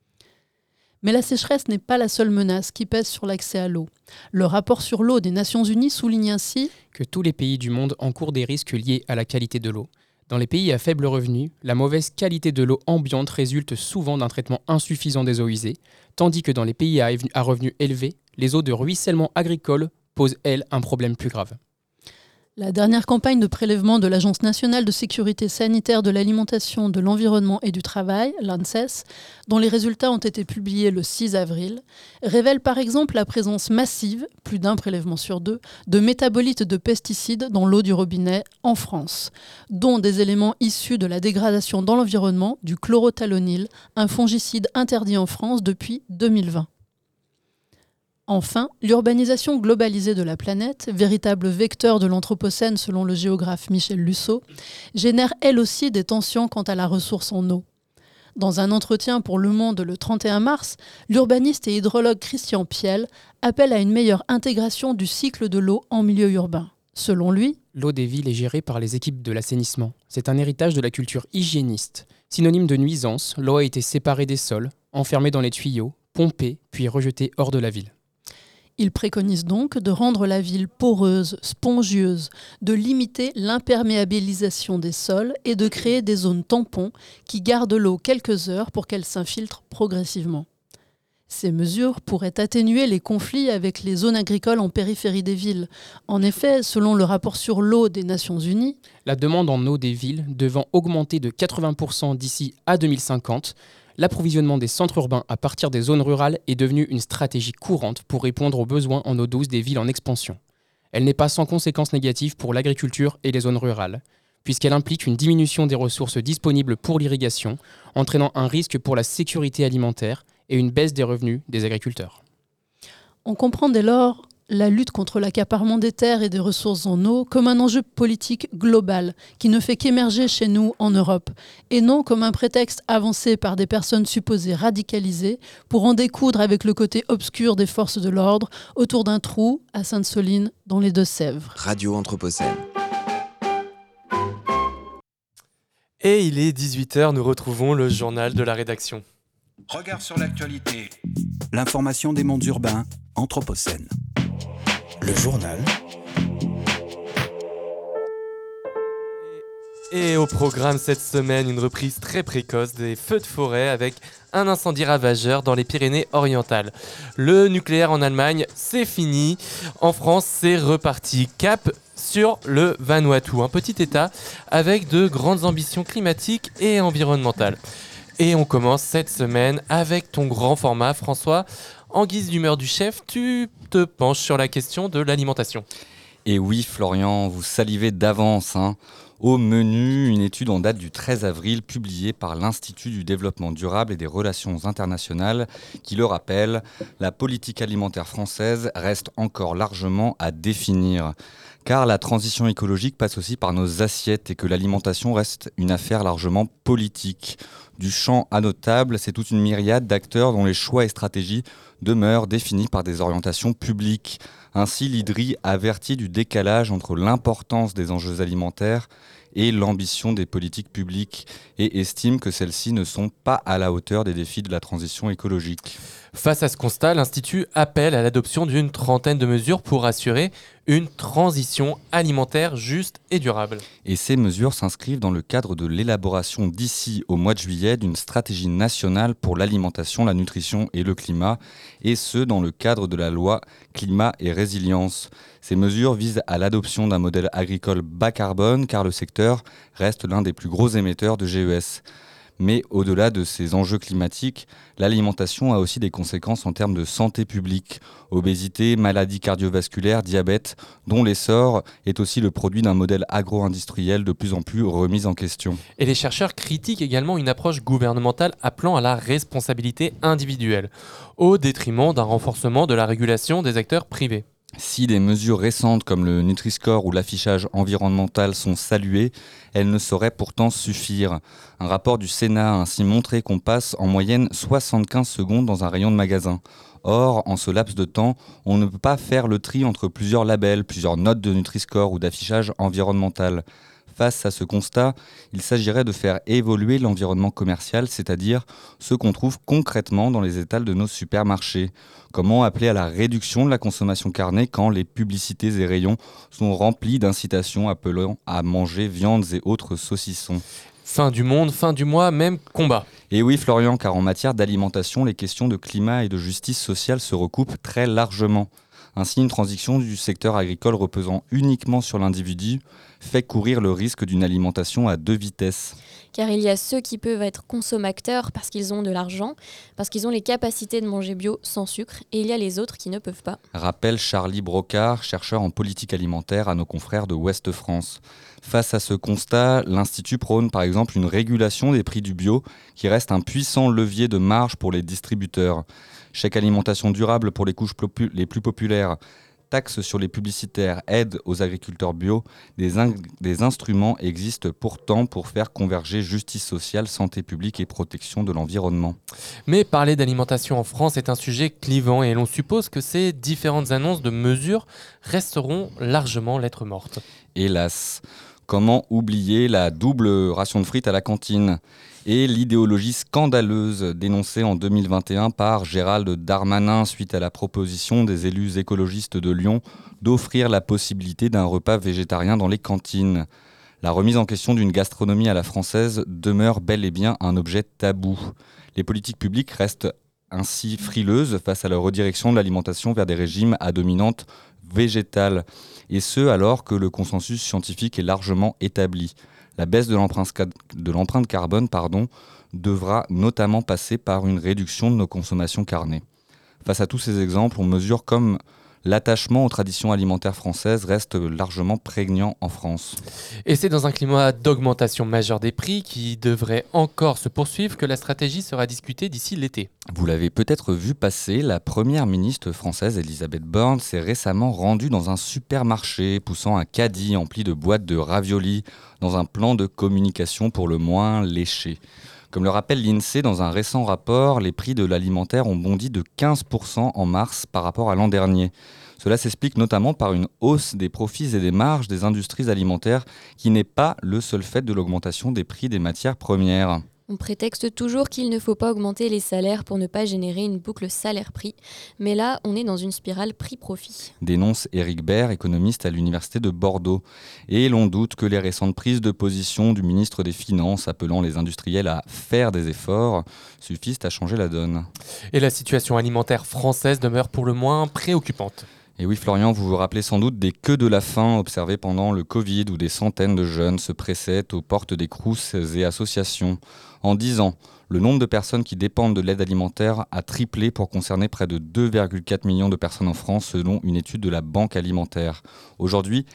Mais la sécheresse n'est pas la seule menace qui pèse sur l'accès à l'eau. Le rapport sur l'eau des Nations Unies souligne ainsi que tous les pays du monde encourent des risques liés à la qualité de l'eau. Dans les pays à faible revenu, la mauvaise qualité de l'eau ambiante résulte souvent d'un traitement insuffisant des eaux usées, tandis que dans les pays à revenus élevés, les eaux de ruissellement agricole posent, elles, un problème plus grave. La dernière campagne de prélèvement de l'Agence nationale de sécurité sanitaire de l'alimentation, de l'environnement et du travail, l'ANSES, dont les résultats ont été publiés le 6 avril, révèle par exemple la présence massive, plus d'un prélèvement sur 2, de métabolites de pesticides dans l'eau du robinet en France, dont des éléments issus de la dégradation dans l'environnement du chlorothalonil, un fongicide interdit en France depuis 2020. Enfin, l'urbanisation globalisée de la planète, véritable vecteur de l'Anthropocène selon le géographe Michel Lusseau, génère elle aussi des tensions quant à la ressource en eau. Dans un entretien pour Le Monde le 31 mars, l'urbaniste et hydrologue Christian Piel appelle à une meilleure intégration du cycle de l'eau en milieu urbain. Selon lui, l'eau des villes est gérée par les équipes de l'assainissement. C'est un héritage de la culture hygiéniste. Synonyme de nuisance, l'eau a été séparée des sols, enfermée dans les tuyaux, pompée, puis rejetée hors de la ville. Il préconise donc de rendre la ville poreuse, spongieuse, de limiter l'imperméabilisation des sols et de créer des zones tampons qui gardent l'eau quelques heures pour qu'elle s'infiltre progressivement. Ces mesures pourraient atténuer les conflits avec les zones agricoles en périphérie des villes. En effet, selon le rapport sur l'eau des Nations Unies, la demande en eau des villes devant augmenter de 80% d'ici à 2050, l'approvisionnement des centres urbains à partir des zones rurales est devenu une stratégie courante pour répondre aux besoins en eau douce des villes en expansion. Elle n'est pas sans conséquences négatives pour l'agriculture et les zones rurales, puisqu'elle implique une diminution des ressources disponibles pour l'irrigation, entraînant un risque pour la sécurité alimentaire et une baisse des revenus des agriculteurs. On comprend dès lors la lutte contre l'accaparement des terres et des ressources en eau comme un enjeu politique global qui ne fait qu'émerger chez nous en Europe, et non comme un prétexte avancé par des personnes supposées radicalisées pour en découdre avec le côté obscur des forces de l'ordre autour d'un trou à Sainte-Soline dans les Deux-Sèvres. Radio Anthropocène. Et il est 18h, nous retrouvons le journal de la rédaction. Regard sur l'actualité. L'information des mondes urbains, Anthropocène. Le journal. Et au programme cette semaine, une reprise très précoce des feux de forêt avec un incendie ravageur dans les Pyrénées-Orientales. Le nucléaire en Allemagne, c'est fini. En France, c'est reparti. Cap sur le Vanuatu, un petit État avec de grandes ambitions climatiques et environnementales. Et on commence cette semaine avec ton grand format, François. En guise d'humeur du chef, tu te penches sur la question de l'alimentation. Et oui, Florian, vous salivez d'avance. Au menu, une étude en date du 13 avril publiée par l'Institut du développement durable et des relations internationales qui le rappelle, la politique alimentaire française reste encore largement à définir. Car la transition écologique passe aussi par nos assiettes et que l'alimentation reste une affaire largement politique. Du champ à nos tables, c'est toute une myriade d'acteurs dont les choix et stratégies demeurent définis par des orientations publiques. Ainsi, l'IDRI avertit du décalage entre l'importance des enjeux alimentaires et l'ambition des politiques publiques et estime que celles-ci ne sont pas à la hauteur des défis de la transition écologique. Face à ce constat, l'Institut appelle à l'adoption d'une trentaine de mesures pour assurer une transition alimentaire juste et durable. Et ces mesures s'inscrivent dans le cadre de l'élaboration d'ici au mois de juillet d'une stratégie nationale pour l'alimentation, la nutrition et le climat, et ce dans le cadre de la loi Climat et Résilience. Ces mesures visent à l'adoption d'un modèle agricole bas carbone car le secteur reste l'un des plus gros émetteurs de GES. Mais au-delà de ces enjeux climatiques, l'alimentation a aussi des conséquences en termes de santé publique. Obésité, maladies cardiovasculaires, diabète, dont l'essor est aussi le produit d'un modèle agro-industriel de plus en plus remis en question. Et les chercheurs critiquent également une approche gouvernementale appelant à la responsabilité individuelle, au détriment d'un renforcement de la régulation des acteurs privés. Si des mesures récentes comme le Nutri-Score ou l'affichage environnemental sont saluées, elles ne sauraient pourtant suffire. Un rapport du Sénat a ainsi montré qu'on passe en moyenne 75 secondes dans un rayon de magasin. Or, en ce laps de temps, on ne peut pas faire le tri entre plusieurs labels, plusieurs notes de Nutri-Score ou d'affichage environnemental. Face à ce constat, il s'agirait de faire évoluer l'environnement commercial, c'est-à-dire ce qu'on trouve concrètement dans les étals de nos supermarchés. Comment appeler à la réduction de la consommation carnée quand les publicités et rayons sont remplis d'incitations appelant à manger viandes et autres saucissons ? Fin du monde, fin du mois, même combat. Et oui Florian, car en matière d'alimentation, les questions de climat et de justice sociale se recoupent très largement. Ainsi, une transition du secteur agricole reposant uniquement sur l'individu fait courir le risque d'une alimentation à deux vitesses. Car il y a ceux qui peuvent être consommateurs parce qu'ils ont de l'argent, parce qu'ils ont les capacités de manger bio sans sucre, et il y a les autres qui ne peuvent pas. Rappelle Charlie Brocard, chercheur en politique alimentaire à nos confrères de Ouest France. Face à ce constat, l'Institut prône par exemple une régulation des prix du bio qui reste un puissant levier de marge pour les distributeurs. Chèque alimentation durable pour les couches les plus populaires, taxes sur les publicitaires, aide aux agriculteurs bio, des instruments existent pourtant pour faire converger justice sociale, santé publique et protection de l'environnement. Mais parler d'alimentation en France est un sujet clivant et l'on suppose que ces différentes annonces de mesures resteront largement lettre morte. Hélas, comment oublier la double ration de frites à la cantine ? Et l'idéologie scandaleuse dénoncée en 2021 par Gérald Darmanin suite à la proposition des élus écologistes de Lyon d'offrir la possibilité d'un repas végétarien dans les cantines. La remise en question d'une gastronomie à la française demeure bel et bien un objet tabou. Les politiques publiques restent ainsi frileuses face à la redirection de l'alimentation vers des régimes à dominante végétale, et ce alors que le consensus scientifique est largement établi. La baisse de l'empreinte carbone devra notamment passer par une réduction de nos consommations carnées. Face à tous ces exemples, on mesure comme l'attachement aux traditions alimentaires françaises reste largement prégnant en France. Et c'est dans un climat d'augmentation majeure des prix qui devrait encore se poursuivre que la stratégie sera discutée d'ici l'été. Vous l'avez peut-être vu passer, la première ministre française Elisabeth Borne s'est récemment rendue dans un supermarché, poussant un caddie empli de boîtes de raviolis dans un plan de communication pour le moins léché. Comme le rappelle l'INSEE dans un récent rapport, les prix de l'alimentaire ont bondi de 15% en mars par rapport à l'an dernier. Cela s'explique notamment par une hausse des profits et des marges des industries alimentaires qui n'est pas le seul fait de l'augmentation des prix des matières premières. On prétexte toujours qu'il ne faut pas augmenter les salaires pour ne pas générer une boucle salaire-prix. Mais là, on est dans une spirale prix-profit. Dénonce Éric Baird, économiste à l'Université de Bordeaux. Et l'on doute que les récentes prises de position du ministre des Finances appelant les industriels à faire des efforts suffisent à changer la donne. Et la situation alimentaire française demeure pour le moins préoccupante. Et oui, Florian, vous vous rappelez sans doute des queues de la faim observées pendant le Covid où des centaines de jeunes se pressaient aux portes des crous et associations. En 10 ans, le nombre de personnes qui dépendent de l'aide alimentaire a triplé pour concerner près de 2,4 millions de personnes en France selon une étude de la Banque alimentaire. Aujourd'hui,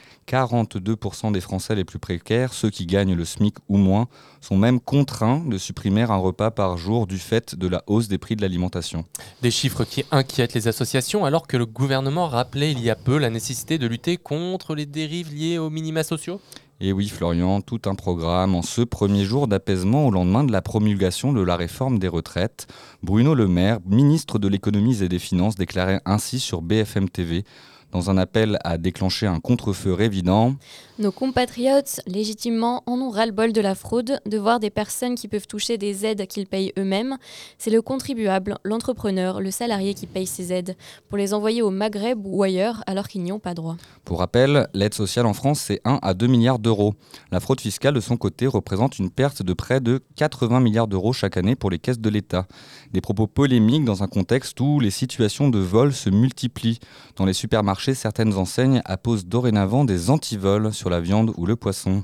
42% des Français les plus précaires, ceux qui gagnent le SMIC ou moins, sont même contraints de supprimer un repas par jour du fait de la hausse des prix de l'alimentation. Des chiffres qui inquiètent les associations alors que le gouvernement rappelait il y a peu la nécessité de lutter contre les dérives liées aux minima sociaux. Et oui, Florian, tout un programme en ce premier jour d'apaisement au lendemain de la promulgation de la réforme des retraites. Bruno Le Maire, ministre de l'économie et des finances, déclarait ainsi sur BFM TV, dans un appel à déclencher un contre-feu évident. Nos compatriotes, légitimement, en ont ras-le-bol de la fraude, de voir des personnes qui peuvent toucher des aides qu'ils payent eux-mêmes. C'est le contribuable, l'entrepreneur, le salarié qui paye ces aides, pour les envoyer au Maghreb ou ailleurs alors qu'ils n'y ont pas droit. Pour rappel, l'aide sociale en France, c'est 1 à 2 milliards d'euros. La fraude fiscale, de son côté, représente une perte de près de 80 milliards d'euros chaque année pour les caisses de l'État. Des propos polémiques dans un contexte où les situations de vol se multiplient. Dans les supermarchés, certaines enseignes apposent dorénavant des antivols sur la viande ou le poisson.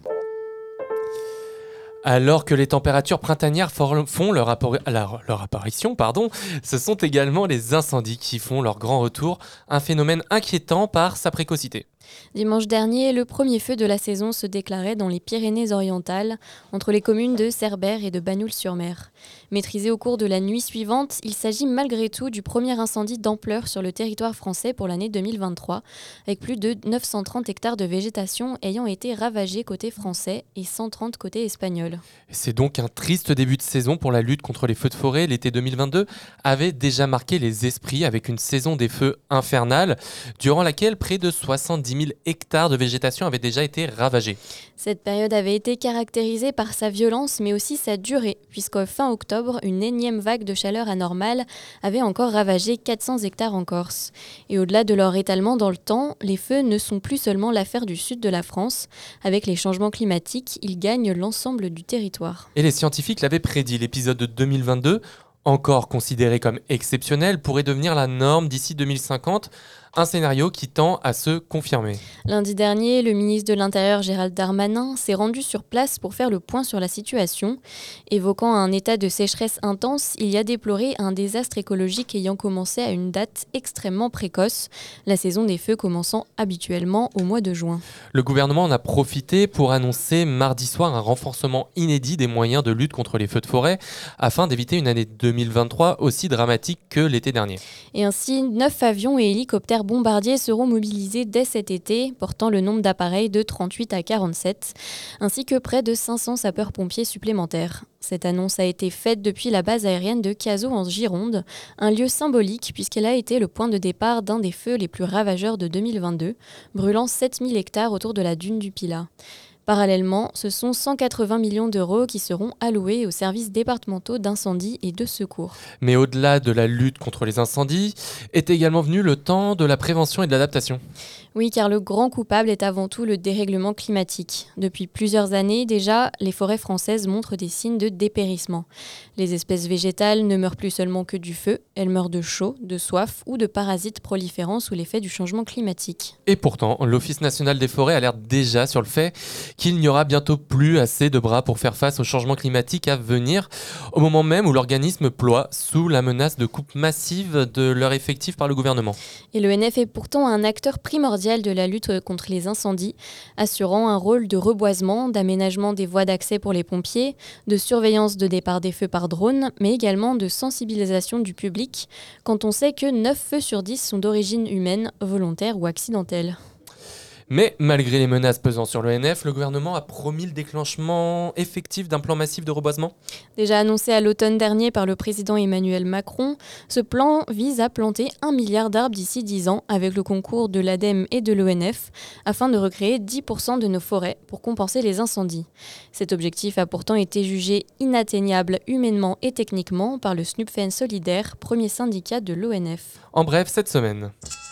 Alors que les températures printanières font leur apparition, ce sont également les incendies qui font leur grand retour, un phénomène inquiétant par sa précocité. Dimanche dernier, le premier feu de la saison se déclarait dans les Pyrénées-Orientales, entre les communes de Cerbère et de Bagnoul-sur-Mer. Maîtrisé au cours de la nuit suivante, il s'agit malgré tout du premier incendie d'ampleur sur le territoire français pour l'année 2023, avec plus de 930 hectares de végétation ayant été ravagés côté français et 130 côté espagnol. C'est donc un triste début de saison pour la lutte contre les feux de forêt. L'été 2022 avait déjà marqué les esprits avec une saison des feux infernale, durant laquelle près de 70 000 hectares de végétation avaient déjà été ravagés. Cette période avait été caractérisée par sa violence mais aussi sa durée, puisqu'au fin octobre, une énième vague de chaleur anormale avait encore ravagé 400 hectares en Corse. Et au-delà de leur étalement dans le temps, les feux ne sont plus seulement l'affaire du sud de la France. Avec les changements climatiques, ils gagnent l'ensemble du territoire. Et les scientifiques l'avaient prédit, l'épisode de 2022, encore considéré comme exceptionnel, pourrait devenir la norme d'ici 2050, un scénario qui tend à se confirmer. Lundi dernier, le ministre de l'Intérieur Gérald Darmanin s'est rendu sur place pour faire le point sur la situation. Évoquant un état de sécheresse intense, il y a déploré un désastre écologique ayant commencé à une date extrêmement précoce, la saison des feux commençant habituellement au mois de juin. Le gouvernement en a profité pour annoncer mardi soir un renforcement inédit des moyens de lutte contre les feux de forêt afin d'éviter une année 2023 aussi dramatique que l'été dernier. Et ainsi, 9 avions et hélicoptères bombardiers seront mobilisés dès cet été, portant le nombre d'appareils de 38 à 47, ainsi que près de 500 sapeurs-pompiers supplémentaires. Cette annonce a été faite depuis la base aérienne de Cazaux en Gironde, un lieu symbolique puisqu'elle a été le point de départ d'un des feux les plus ravageurs de 2022, brûlant 7000 hectares autour de la dune du Pilat. Parallèlement, ce sont 180 millions d'euros qui seront alloués aux services départementaux d'incendie et de secours. Mais au-delà de la lutte contre les incendies, est également venu le temps de la prévention et de l'adaptation. Oui, car le grand coupable est avant tout le dérèglement climatique. Depuis plusieurs années déjà, les forêts françaises montrent des signes de dépérissement. Les espèces végétales ne meurent plus seulement que du feu, elles meurent de chaud, de soif ou de parasites proliférant sous l'effet du changement climatique. Et pourtant, l'Office national des forêts alerte déjà sur le fait qu'il n'y aura bientôt plus assez de bras pour faire face au changement climatique à venir, au moment même où l'organisme ploie sous la menace de coupes massives de leur effectif par le gouvernement. Et l'ONF est pourtant un acteur primordial de la lutte contre les incendies, assurant un rôle de reboisement, d'aménagement des voies d'accès pour les pompiers, de surveillance de départ des feux par drone, mais également de sensibilisation du public, quand on sait que 9 feux sur 10 sont d'origine humaine, volontaire ou accidentelle. Mais malgré les menaces pesant sur l'ONF, le gouvernement a promis le déclenchement effectif d'un plan massif de reboisement. Déjà annoncé à l'automne dernier par le président Emmanuel Macron, ce plan vise à planter 1 milliard d'arbres d'ici 10 ans avec le concours de l'ADEME et de l'ONF afin de recréer 10% de nos forêts pour compenser les incendies. Cet objectif a pourtant été jugé inatteignable humainement et techniquement par le Snupfen Solidaire, premier syndicat de l'ONF. En bref, cette semaine.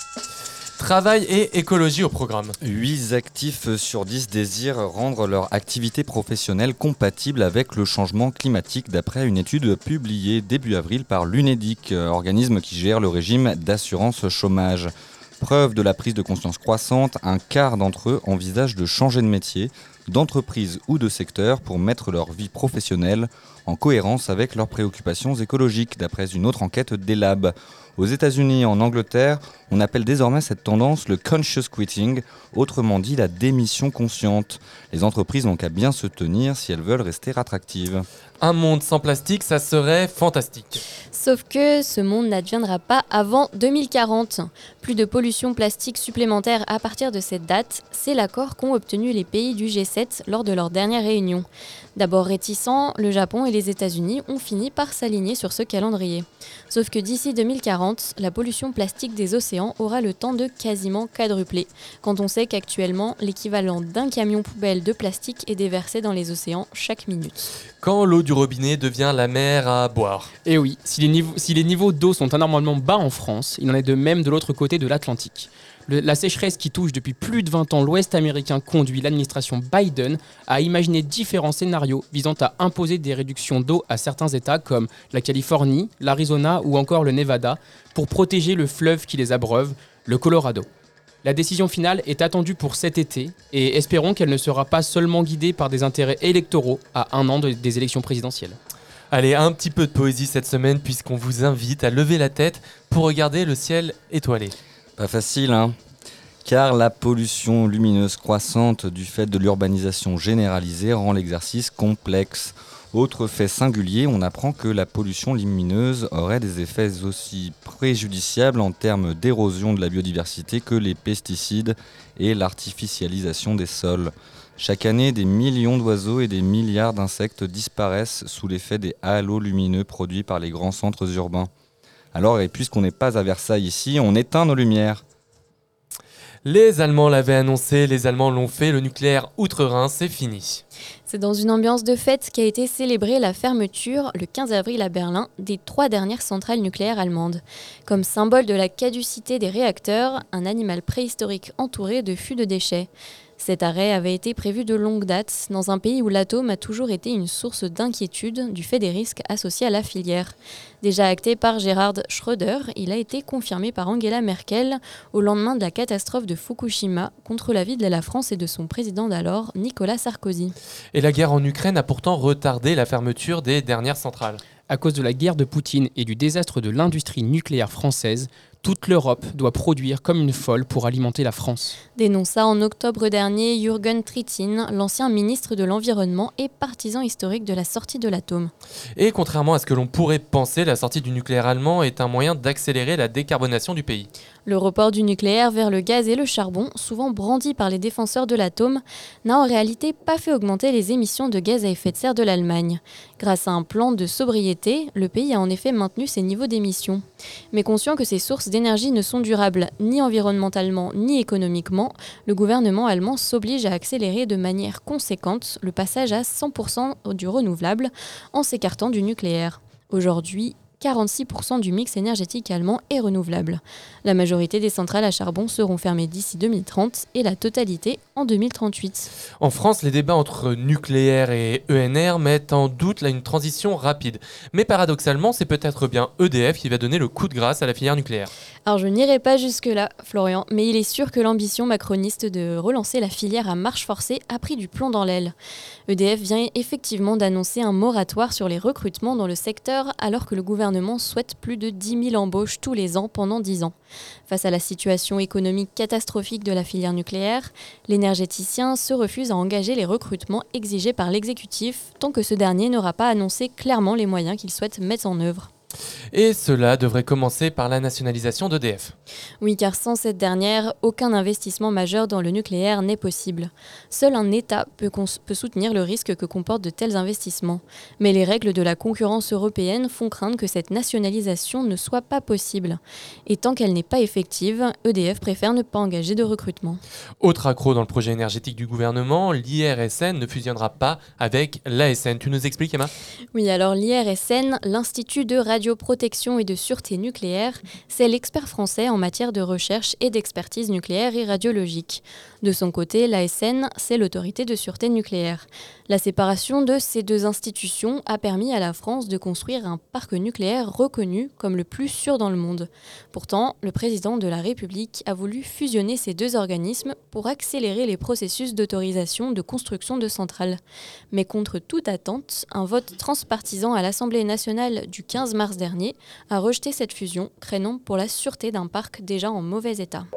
Travail et écologie au programme. 8 actifs sur 10 désirent rendre leur activité professionnelle compatible avec le changement climatique d'après une étude publiée début avril par l'UNEDIC, organisme qui gère le régime d'assurance chômage. Preuve de la prise de conscience croissante, un quart d'entre eux envisagent de changer de métier, d'entreprise ou de secteur pour mettre leur vie professionnelle en cohérence avec leurs préoccupations écologiques, d'après une autre enquête d'Elab. Aux États-Unis et en Angleterre, on appelle désormais cette tendance le conscious quitting, autrement dit la démission consciente. Les entreprises n'ont qu'à bien se tenir si elles veulent rester attractives. Un monde sans plastique, ça serait fantastique. Sauf que ce monde n'adviendra pas avant 2040. Plus de pollution plastique supplémentaire à partir de cette date, c'est l'accord qu'ont obtenu les pays du G7 lors de leur dernière réunion. D'abord réticents, le Japon et les États-Unis ont fini par s'aligner sur ce calendrier. Sauf que d'ici 2040, la pollution plastique des océans aura le temps de quasiment quadrupler, quand on sait qu'actuellement, l'équivalent d'un camion poubelle de plastique est déversé dans les océans chaque minute. Quand l'eau du robinet devient la mer à boire. Et oui, si les niveaux d'eau sont anormalement bas en France, il en est de même de l'autre côté de l'Atlantique. La sécheresse qui touche depuis plus de 20 ans l'Ouest américain conduit l'administration Biden à imaginer différents scénarios visant à imposer des réductions d'eau à certains États comme la Californie, l'Arizona ou encore le Nevada pour protéger le fleuve qui les abreuve, le Colorado. La décision finale est attendue pour cet été et espérons qu'elle ne sera pas seulement guidée par des intérêts électoraux à un an des élections présidentielles. Allez, un petit peu de poésie cette semaine puisqu'on vous invite à lever la tête pour regarder le ciel étoilé. Pas facile, hein ? Car la pollution lumineuse croissante du fait de l'urbanisation généralisée rend l'exercice complexe. Autre fait singulier, on apprend que la pollution lumineuse aurait des effets aussi préjudiciables en termes d'érosion de la biodiversité que les pesticides et l'artificialisation des sols. Chaque année, des millions d'oiseaux et des milliards d'insectes disparaissent sous l'effet des halos lumineux produits par les grands centres urbains. Alors, et puisqu'on n'est pas à Versailles ici, on éteint nos lumières. Les Allemands l'avaient annoncé, les Allemands l'ont fait, le nucléaire outre-Rhin, c'est fini. C'est dans une ambiance de fête qu'a été célébrée la fermeture, le 15 avril à Berlin, des 3 dernières centrales nucléaires allemandes. Comme symbole de la caducité des réacteurs, un animal préhistorique entouré de fûts de déchets. Cet arrêt avait été prévu de longue date dans un pays où l'atome a toujours été une source d'inquiétude du fait des risques associés à la filière. Déjà acté par Gerhard Schröder, il a été confirmé par Angela Merkel au lendemain de la catastrophe de Fukushima contre l'avis de la France et de son président d'alors, Nicolas Sarkozy. Et la guerre en Ukraine a pourtant retardé la fermeture des dernières centrales. À cause de la guerre de Poutine et du désastre de l'industrie nucléaire française, toute l'Europe doit produire comme une folle pour alimenter la France. Dénonça en octobre dernier Jürgen Trittin, l'ancien ministre de l'Environnement et partisan historique de la sortie de l'atome. Et contrairement à ce que l'on pourrait penser, la sortie du nucléaire allemand est un moyen d'accélérer la décarbonation du pays. Le report du nucléaire vers le gaz et le charbon, souvent brandi par les défenseurs de l'atome, n'a en réalité pas fait augmenter les émissions de gaz à effet de serre de l'Allemagne. Grâce à un plan de sobriété, le pays a en effet maintenu ses niveaux d'émissions. Mais conscient que ces sources d'énergie ne sont durables ni environnementalement ni économiquement, le gouvernement allemand s'oblige à accélérer de manière conséquente le passage à 100% du renouvelable en s'écartant du nucléaire. Aujourd'hui, 46% du mix énergétique allemand est renouvelable. La majorité des centrales à charbon seront fermées d'ici 2030 et la totalité en 2038. En France, les débats entre nucléaire et ENR mettent en doute une transition rapide. Mais paradoxalement, c'est peut-être bien EDF qui va donner le coup de grâce à la filière nucléaire. Alors je n'irai pas jusque-là, Florian, mais il est sûr que l'ambition macroniste de relancer la filière à marche forcée a pris du plomb dans l'aile. EDF vient effectivement d'annoncer un moratoire sur les recrutements dans le secteur alors que le gouvernement souhaite plus de 10 000 embauches tous les ans pendant 10 ans. Face à la situation économique catastrophique de la filière nucléaire, l'énergéticien se refuse à engager les recrutements exigés par l'exécutif tant que ce dernier n'aura pas annoncé clairement les moyens qu'il souhaite mettre en œuvre. Et cela devrait commencer par la nationalisation d'EDF. Oui, car sans cette dernière, aucun investissement majeur dans le nucléaire n'est possible. Seul un État peut soutenir le risque que comportent de tels investissements. Mais les règles de la concurrence européenne font craindre que cette nationalisation ne soit pas possible. Et tant qu'elle n'est pas effective, EDF préfère ne pas engager de recrutement. Autre accroc dans le projet énergétique du gouvernement, l'IRSN ne fusionnera pas avec l'ASN. Tu nous expliques, Emma ? Oui, alors l'IRSN, l'Institut de radioprotection et de sûreté nucléaire, c'est l'expert français en matière de recherche et d'expertise nucléaire et radiologique. De son côté, l'ASN, c'est l'autorité de sûreté nucléaire. La séparation de ces deux institutions a permis à la France de construire un parc nucléaire reconnu comme le plus sûr dans le monde. Pourtant, le président de la République a voulu fusionner ces deux organismes pour accélérer les processus d'autorisation de construction de centrales. Mais contre toute attente, un vote transpartisan à l'Assemblée nationale du 15 mars dernier a rejeté cette fusion, craignant pour la sûreté d'un parc déjà en mauvais état.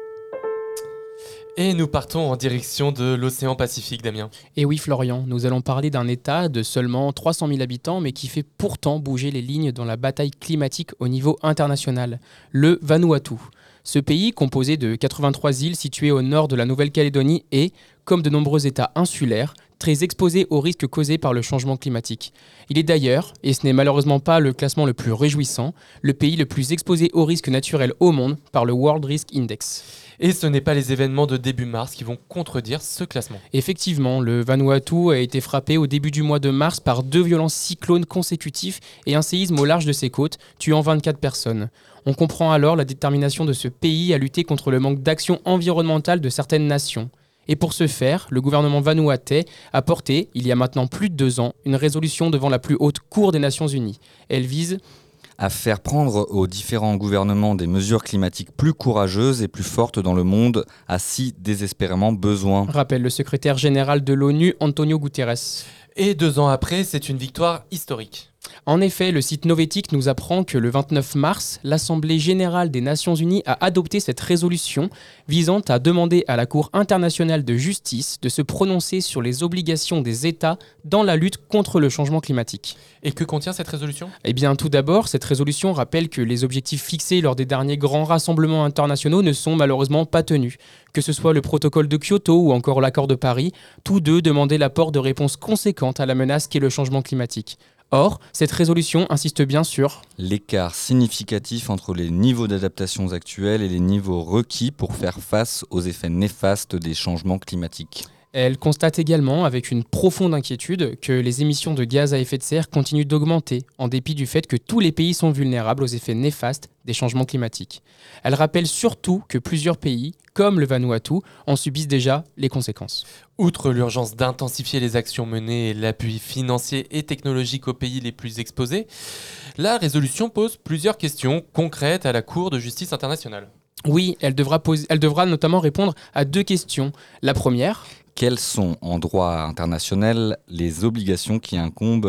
Et nous partons en direction de l'océan Pacifique, Damien. Et oui, Florian, nous allons parler d'un État de seulement 300 000 habitants, mais qui fait pourtant bouger les lignes dans la bataille climatique au niveau international, le Vanuatu. Ce pays, composé de 83 îles situées au nord de la Nouvelle-Calédonie, est, comme de nombreux États insulaires, très exposé aux risques causés par le changement climatique. Il est d'ailleurs, et ce n'est malheureusement pas le classement le plus réjouissant, le pays le plus exposé aux risques naturels au monde par le World Risk Index. Et ce n'est pas les événements de début mars qui vont contredire ce classement. Effectivement, le Vanuatu a été frappé au début du mois de mars par 2 violents cyclones consécutifs et un séisme au large de ses côtes, tuant 24 personnes. On comprend alors la détermination de ce pays à lutter contre le manque d'action environnementale de certaines nations. Et pour ce faire, le gouvernement vanuatais a porté, il y a maintenant plus de 2 ans, une résolution devant la plus haute cour des Nations Unies. Elle vise à faire prendre aux différents gouvernements des mesures climatiques plus courageuses et plus fortes dans le monde, a si désespérément besoin. Rappelle le secrétaire général de l'ONU, Antonio Guterres. Et 2 ans après, c'est une victoire historique. En effet, le site Novetic nous apprend que le 29 mars, l'Assemblée générale des Nations Unies a adopté cette résolution visant à demander à la Cour internationale de justice de se prononcer sur les obligations des États dans la lutte contre le changement climatique. Et que contient cette résolution ? Eh bien, tout d'abord, cette résolution rappelle que les objectifs fixés lors des derniers grands rassemblements internationaux ne sont malheureusement pas tenus. Que ce soit le protocole de Kyoto ou encore l'accord de Paris, tous deux demandaient l'apport de réponses conséquentes à la menace qu'est le changement climatique. Or, cette résolution insiste bien sur l'écart significatif entre les niveaux d'adaptation actuels et les niveaux requis pour faire face aux effets néfastes des changements climatiques. Elle constate également, avec une profonde inquiétude, que les émissions de gaz à effet de serre continuent d'augmenter, en dépit du fait que tous les pays sont vulnérables aux effets néfastes des changements climatiques. Elle rappelle surtout que plusieurs pays, comme le Vanuatu, en subissent déjà les conséquences. Outre l'urgence d'intensifier les actions menées et l'appui financier et technologique aux pays les plus exposés, la résolution pose plusieurs questions concrètes à la Cour de justice internationale. Oui, elle devra notamment répondre à 2 questions. La première... Quelles sont, en droit international, les obligations qui incombent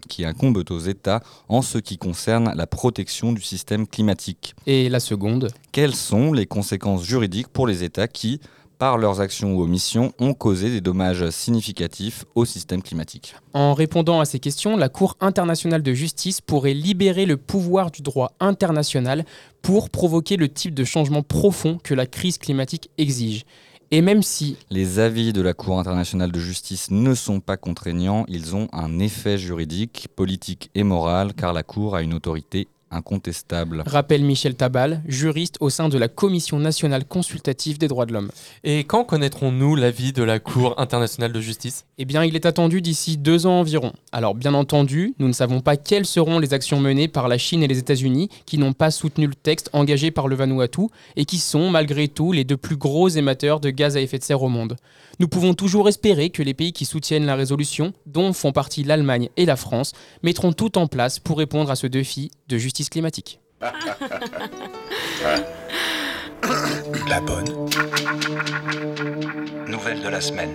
aux États en ce qui concerne la protection du système climatique ? Et la seconde ? Quelles sont les conséquences juridiques pour les États qui, par leurs actions ou omissions, ont causé des dommages significatifs au système climatique ? En répondant à ces questions, la Cour internationale de justice pourrait libérer le pouvoir du droit international pour provoquer le type de changement profond que la crise climatique exige. Et même si les avis de la Cour internationale de justice ne sont pas contraignants, ils ont un effet juridique, politique et moral, car la Cour a une autorité incontestable. Rappelle Michel Tabal, juriste au sein de la Commission nationale consultative des droits de l'homme. Et quand connaîtrons-nous l'avis de la Cour internationale de justice ? Eh bien, il est attendu d'ici 2 ans environ. Alors, bien entendu, nous ne savons pas quelles seront les actions menées par la Chine et les États-Unis qui n'ont pas soutenu le texte engagé par le Vanuatu et qui sont, malgré tout, les 2 plus gros émetteurs de gaz à effet de serre au monde. Nous pouvons toujours espérer que les pays qui soutiennent la résolution, dont font partie l'Allemagne et la France, mettront tout en place pour répondre à ce défi de justice climatique. La bonne nouvelle de la semaine.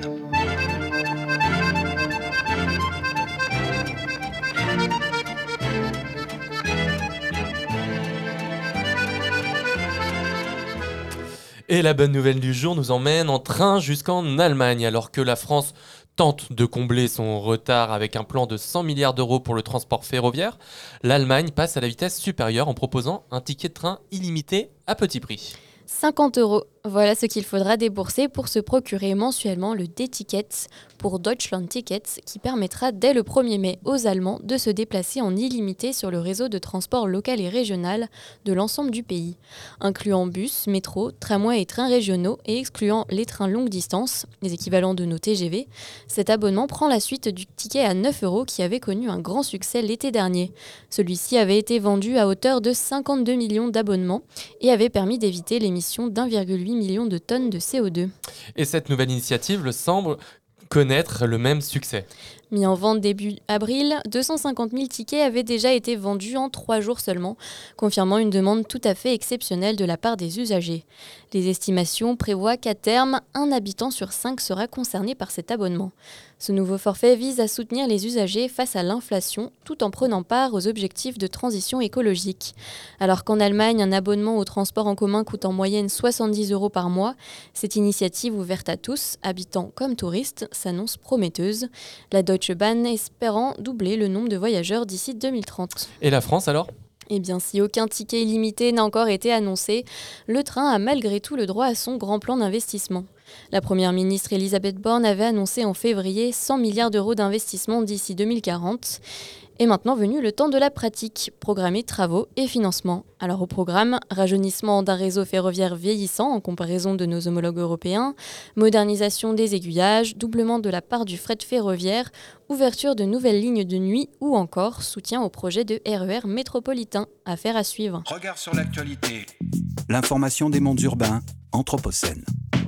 Et la bonne nouvelle du jour nous emmène en train jusqu'en Allemagne, alors que la France tente de combler son retard avec un plan de 100 milliards d'euros pour le transport ferroviaire. L'Allemagne passe à la vitesse supérieure en proposant un ticket de train illimité à petit prix. 50 €. Voilà ce qu'il faudra débourser pour se procurer mensuellement le D-Ticket pour Deutschland Tickets qui permettra dès le 1er mai aux Allemands de se déplacer en illimité sur le réseau de transport local et régional de l'ensemble du pays, incluant bus, métro, tramway et trains régionaux et excluant les trains longue distance, les équivalents de nos TGV. Cet abonnement prend la suite du ticket à 9 € qui avait connu un grand succès l'été dernier. Celui-ci avait été vendu à hauteur de 52 millions d'abonnements et avait permis d'éviter l'émission d'1,8 million de tonnes de CO2. Et cette nouvelle initiative semble connaître le même succès. Mis en vente début avril, 250 000 tickets avaient déjà été vendus en 3 jours seulement, confirmant une demande tout à fait exceptionnelle de la part des usagers. Les estimations prévoient qu'à terme, 1 habitant sur 5 sera concerné par cet abonnement. Ce nouveau forfait vise à soutenir les usagers face à l'inflation tout en prenant part aux objectifs de transition écologique. Alors qu'en Allemagne, un abonnement au transport en commun coûte en moyenne 70 € par mois, cette initiative ouverte à tous, habitants comme touristes, s'annonce prometteuse. La Deutsche Bahn espérant doubler le nombre de voyageurs d'ici 2030. Et la France alors ? Eh bien, si aucun ticket illimité n'a encore été annoncé, le train a malgré tout le droit à son grand plan d'investissement. La première ministre Elisabeth Borne avait annoncé en février 100 milliards d'euros d'investissement d'ici 2040. Est maintenant venu le temps de la pratique, programmer travaux et financements. Alors au programme, rajeunissement d'un réseau ferroviaire vieillissant en comparaison de nos homologues européens, modernisation des aiguillages, doublement de la part du fret ferroviaire, ouverture de nouvelles lignes de nuit ou encore soutien au projet de RER métropolitain. Affaire à suivre. Regard sur l'actualité. L'information des mondes urbains, Anthropocène.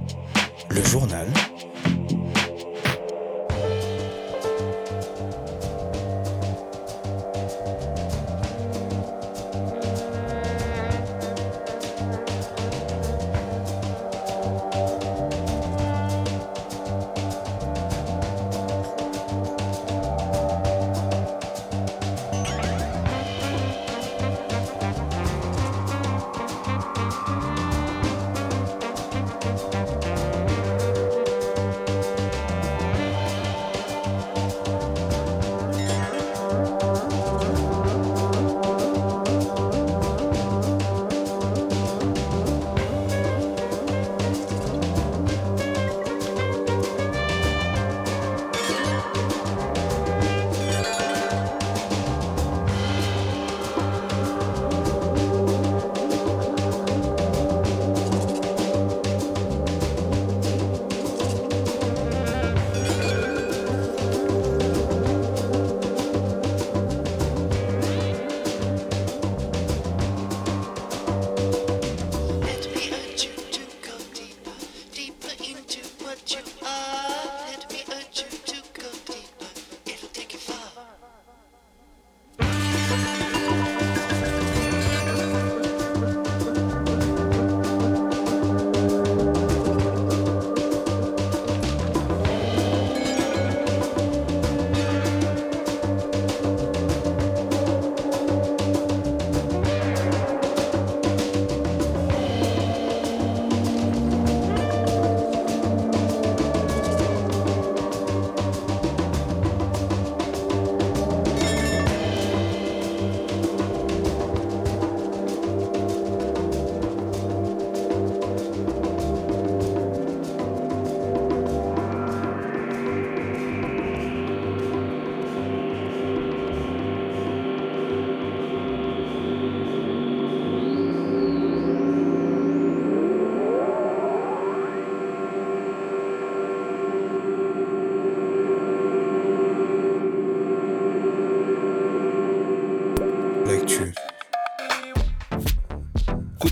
Le journal.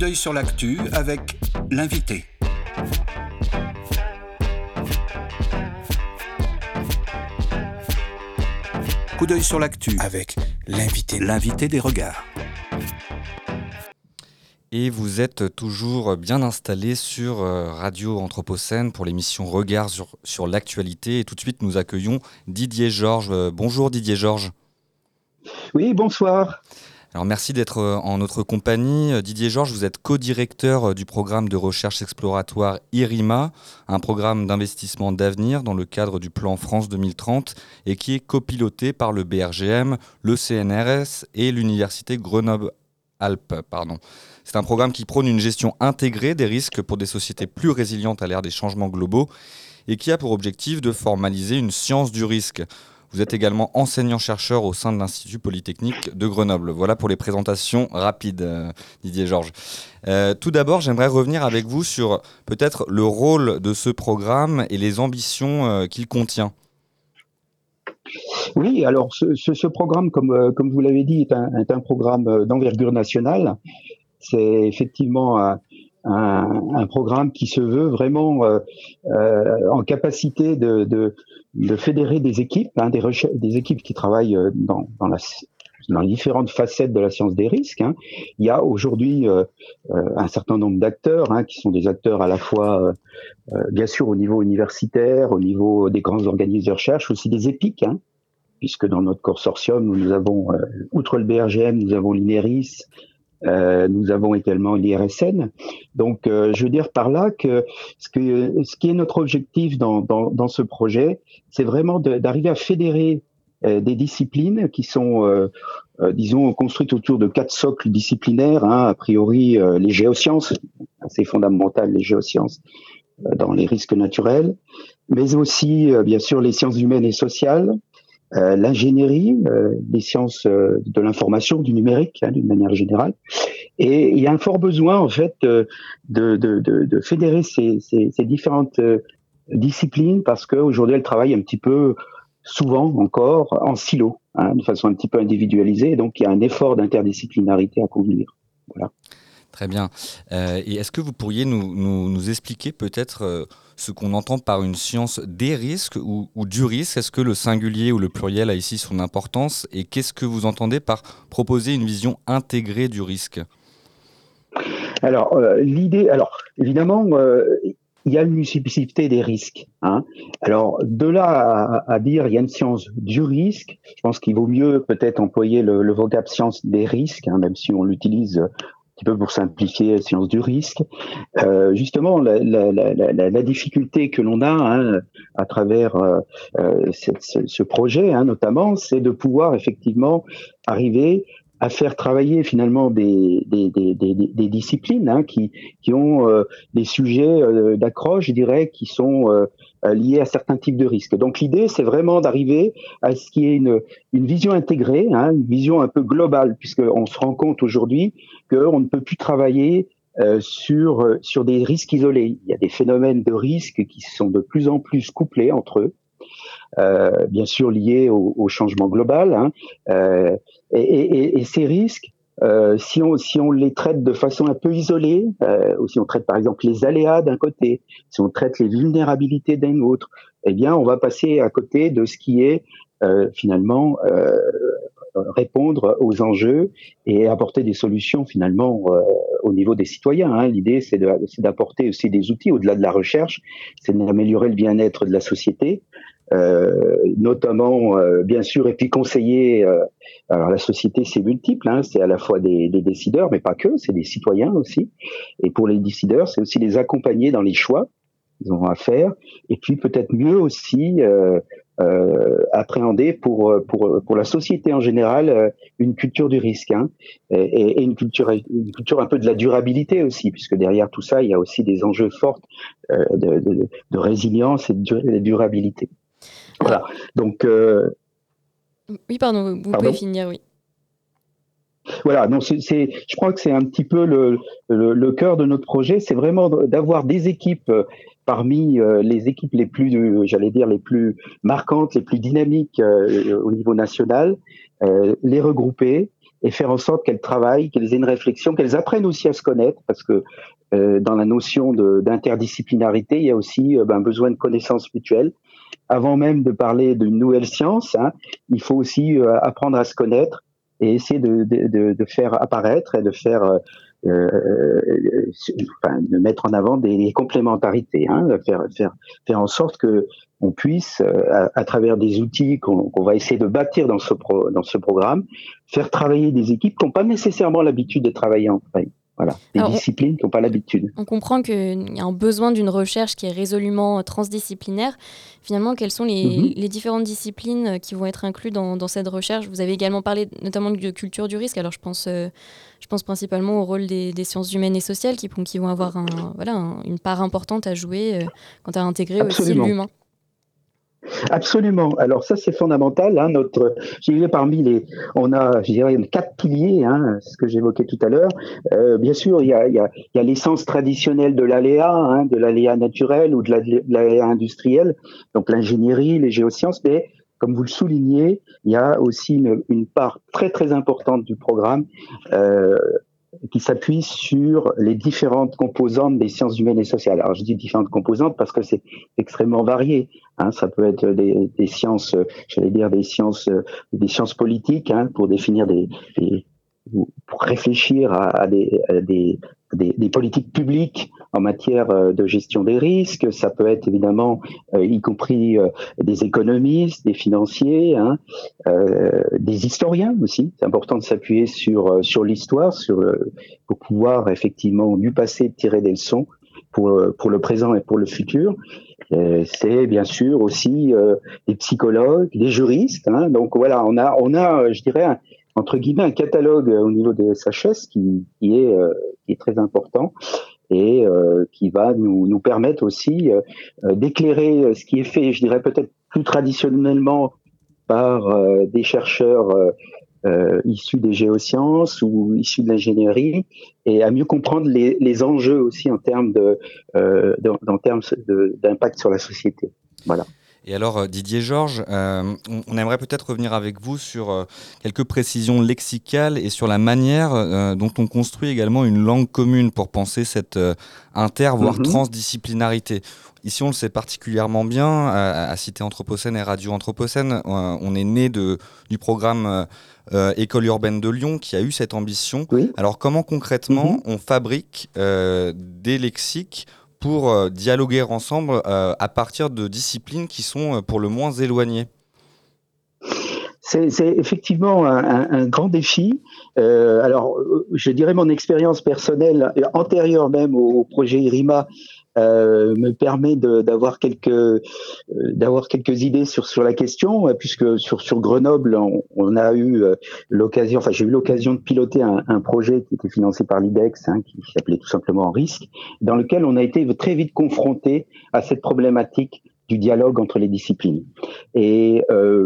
d'œil sur l'actu avec l'invité. Coup d'œil sur l'actu avec l'invité des regards. Et vous êtes toujours bien installés sur Radio Anthropocène pour l'émission Regards sur l'actualité. Et tout de suite, nous accueillons Didier Georges. Bonjour Didier Georges. Oui, bonsoir. Alors merci d'être en notre compagnie. Didier Georges, vous êtes co-directeur du programme de recherche exploratoire IRIMA, un programme d'investissement d'avenir dans le cadre du plan France 2030 et qui est copiloté par le BRGM, le CNRS et l'Université Grenoble-Alpes. C'est un programme qui prône une gestion intégrée des risques pour des sociétés plus résilientes à l'ère des changements globaux et qui a pour objectif de formaliser une science du risque. Vous êtes également enseignant-chercheur au sein de l'Institut Polytechnique de Grenoble. Voilà pour les présentations rapides, Didier Georges. Tout d'abord, j'aimerais revenir avec vous sur peut-être le rôle de ce programme et les ambitions qu'il contient. Oui, alors ce programme, comme vous l'avez dit, est un programme d'envergure nationale. C'est effectivement un programme qui se veut vraiment en capacité de fédérer des équipes, des équipes qui travaillent dans les différentes facettes de la science des risques. Il y a aujourd'hui un certain nombre d'acteurs qui sont des acteurs à la fois, bien sûr, au niveau universitaire, au niveau des grands organismes de recherche, aussi des EPIC, puisque dans notre consortium, nous avons, outre le BRGM, nous avons l'INERIS, nous avons également l'IRSN. Donc, je veux dire par là que ce qui est notre objectif dans ce projet, c'est vraiment d'arriver à fédérer des disciplines qui sont, disons, construites autour de 4 socles disciplinaires. A priori, les géosciences, assez fondamentales, les géosciences dans les risques naturels, mais aussi, bien sûr, les sciences humaines et sociales, l'ingénierie, les sciences de l'information, du numérique, d'une manière générale. Et il y a un fort besoin, en fait, de fédérer ces différentes disciplines parce qu'aujourd'hui, elles travaillent un petit peu, souvent encore, en silo, de façon un petit peu individualisée. Et donc, il y a un effort d'interdisciplinarité à conduire. Voilà. Très bien. Et est-ce que vous pourriez nous expliquer peut-être ce qu'on entend par une science des risques ou du risque? Est-ce que le singulier ou le pluriel a ici son importance? Et qu'est-ce que vous entendez par proposer une vision intégrée du risque? Alors, évidemment, il y a une multiplicité des risques. Alors, de là à dire il y a une science du risque, je pense qu'il vaut mieux peut-être employer le vocable science des risques, même si on l'utilise un petit peu pour simplifier, science du risque. Justement, la difficulté que l'on a à travers ce projet, notamment, c'est de pouvoir effectivement arriver à faire travailler finalement des disciplines qui ont des sujets d'accroche, je dirais, qui sont liés à certains types de risques. Donc l'idée, c'est vraiment d'arriver à ce qu'il y ait une vision intégrée, une vision un peu globale, puisqu'on se rend compte aujourd'hui qu'on ne peut plus travailler sur des risques isolés. Il y a des phénomènes de risques qui sont de plus en plus couplés entre eux. Bien sûr liés au changement global, et ces risques, si on les traite de façon un peu isolée, ou si on traite par exemple les aléas d'un côté, si on traite les vulnérabilités d'un autre, eh bien on va passer à côté de ce qui est finalement répondre aux enjeux et apporter des solutions finalement au niveau des citoyens. L'idée c'est d'apporter aussi des outils au-delà de la recherche, c'est d'améliorer le bien-être de la société. Notamment bien sûr, et puis conseiller, alors la société c'est multiple, c'est à la fois des décideurs, mais pas que, c'est des citoyens aussi, et pour les décideurs c'est aussi les accompagner dans les choix qu'ils ont à faire, et puis peut-être mieux aussi appréhender pour la société en général une culture du risque, et une culture un peu de la durabilité aussi, puisque derrière tout ça il y a aussi des enjeux forts de résilience et de durabilité. Voilà, donc... Oui, pardon, vous pouvez finir, oui. Voilà, donc je crois que c'est un petit peu le cœur de notre projet, c'est vraiment d'avoir des équipes parmi les équipes les plus, j'allais dire, les plus marquantes, les plus dynamiques au niveau national, les regrouper et faire en sorte qu'elles travaillent, qu'elles aient une réflexion, qu'elles apprennent aussi à se connaître, parce que dans la notion d'interdisciplinarité, il y a aussi besoin de connaissances mutuelles. Avant même de parler d'une nouvelle science, il faut aussi apprendre à se connaître et essayer de faire apparaître et de faire de mettre en avant des complémentarités, faire en sorte que on puisse, à travers des outils qu'on va essayer de bâtir dans ce programme, faire travailler des équipes qui n'ont pas nécessairement l'habitude de travailler entre elles. Voilà, des disciplines qui n'ont pas l'habitude. On comprend qu'il y a un besoin d'une recherche qui est résolument transdisciplinaire. Finalement, quelles sont les différentes disciplines qui vont être incluses dans cette recherche ? Vous avez également parlé notamment de culture du risque. Alors, je pense principalement au rôle des sciences humaines et sociales qui vont avoir une part importante à jouer quant à intégrer aussi l'humain. Absolument. Alors ça, c'est fondamental. On a 4 piliers, ce que j'évoquais tout à l'heure. Bien sûr, il y a l'essence traditionnelle de l'aléa, de l'aléa naturel ou de l'aléa industriel, donc l'ingénierie, les géosciences, mais comme vous le soulignez, il y a aussi une part très très importante du programme qui s'appuie sur les différentes composantes des sciences humaines et sociales. Alors je dis différentes composantes parce que c'est extrêmement varié. Ça peut être des sciences, des sciences politiques, pour définir pour réfléchir à des politiques publiques en matière de gestion des risques. Ça peut être évidemment, y compris des économistes, des financiers, des historiens aussi. C'est important de s'appuyer sur l'histoire, pour pouvoir effectivement du passé tirer des leçons pour le présent et pour le futur. C'est bien sûr aussi des psychologues, des juristes. Donc voilà, on a, je dirais, entre guillemets, un catalogue au niveau des SHS qui est très important et qui va nous permettre aussi d'éclairer ce qui est fait, je dirais peut-être plus traditionnellement par des chercheurs issus des géosciences ou issus de l'ingénierie, et à mieux comprendre les enjeux aussi en termes d'impact sur la société. Voilà. Et alors Didier Georges, on aimerait peut-être revenir avec vous sur quelques précisions lexicales et sur la manière dont on construit également une langue commune pour penser cette voire transdisciplinarité. Ici, on le sait particulièrement bien, à Cité Anthropocène et Radio Anthropocène, on est né du programme École urbaine de Lyon qui a eu cette ambition. Oui. Alors comment concrètement on fabrique des lexiques pour dialoguer ensemble à partir de disciplines qui sont pour le moins éloignées? C'est effectivement un grand défi. Alors, je dirais mon expérience personnelle antérieure même au projet IRIMA me permet d'avoir quelques idées sur la question, puisque sur Grenoble, on a eu l'occasion, j'ai eu l'occasion de piloter un projet qui était financé par l'IDEX, qui s'appelait tout simplement Risque, dans lequel on a été très vite confronté à cette problématique du dialogue entre les disciplines. Et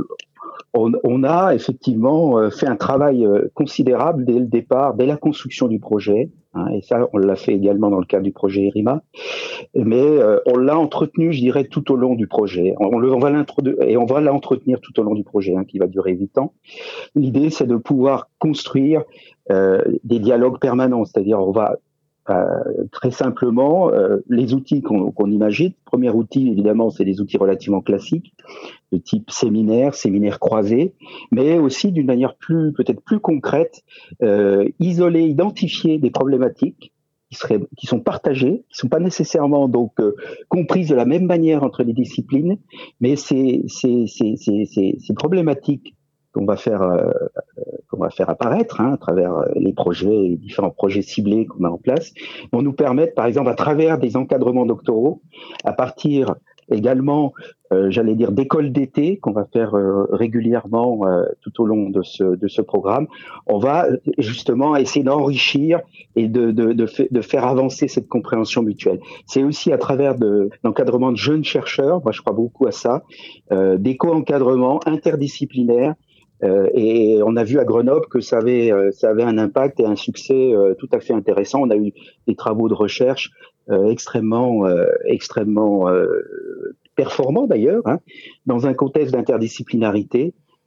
on a effectivement fait un travail considérable dès le départ, dès la construction du projet, et ça on l'a fait également dans le cadre du projet IRIMA, mais on l'a entretenu, je dirais, tout au long du projet. On va l'entretenir tout au long du projet, qui va durer 8 ans. L'idée, c'est de pouvoir construire des dialogues permanents, c'est-à-dire on va très simplement, les outils qu'on imagine. Premier outil, évidemment, c'est des outils relativement classiques, de type séminaire croisé, mais aussi d'une manière peut-être plus concrète, isoler, identifier des problématiques qui sont partagées, qui sont pas nécessairement donc comprises de la même manière entre les disciplines, mais ces problématiques qu'on va faire apparaître à travers les différents projets ciblés qu'on met en place, vont nous permettre, par exemple, à travers des encadrements doctoraux, à partir également, d'écoles d'été qu'on va faire régulièrement tout au long de ce programme, on va justement essayer d'enrichir et de faire avancer cette compréhension mutuelle. C'est aussi à travers l'encadrement de jeunes chercheurs, moi je crois beaucoup à ça, des co-encadrements interdisciplinaires. Et on a vu à Grenoble que ça avait un impact et un succès tout à fait intéressant. On a eu des travaux de recherche extrêmement performants d'ailleurs, dans un contexte d'interdisciplinarité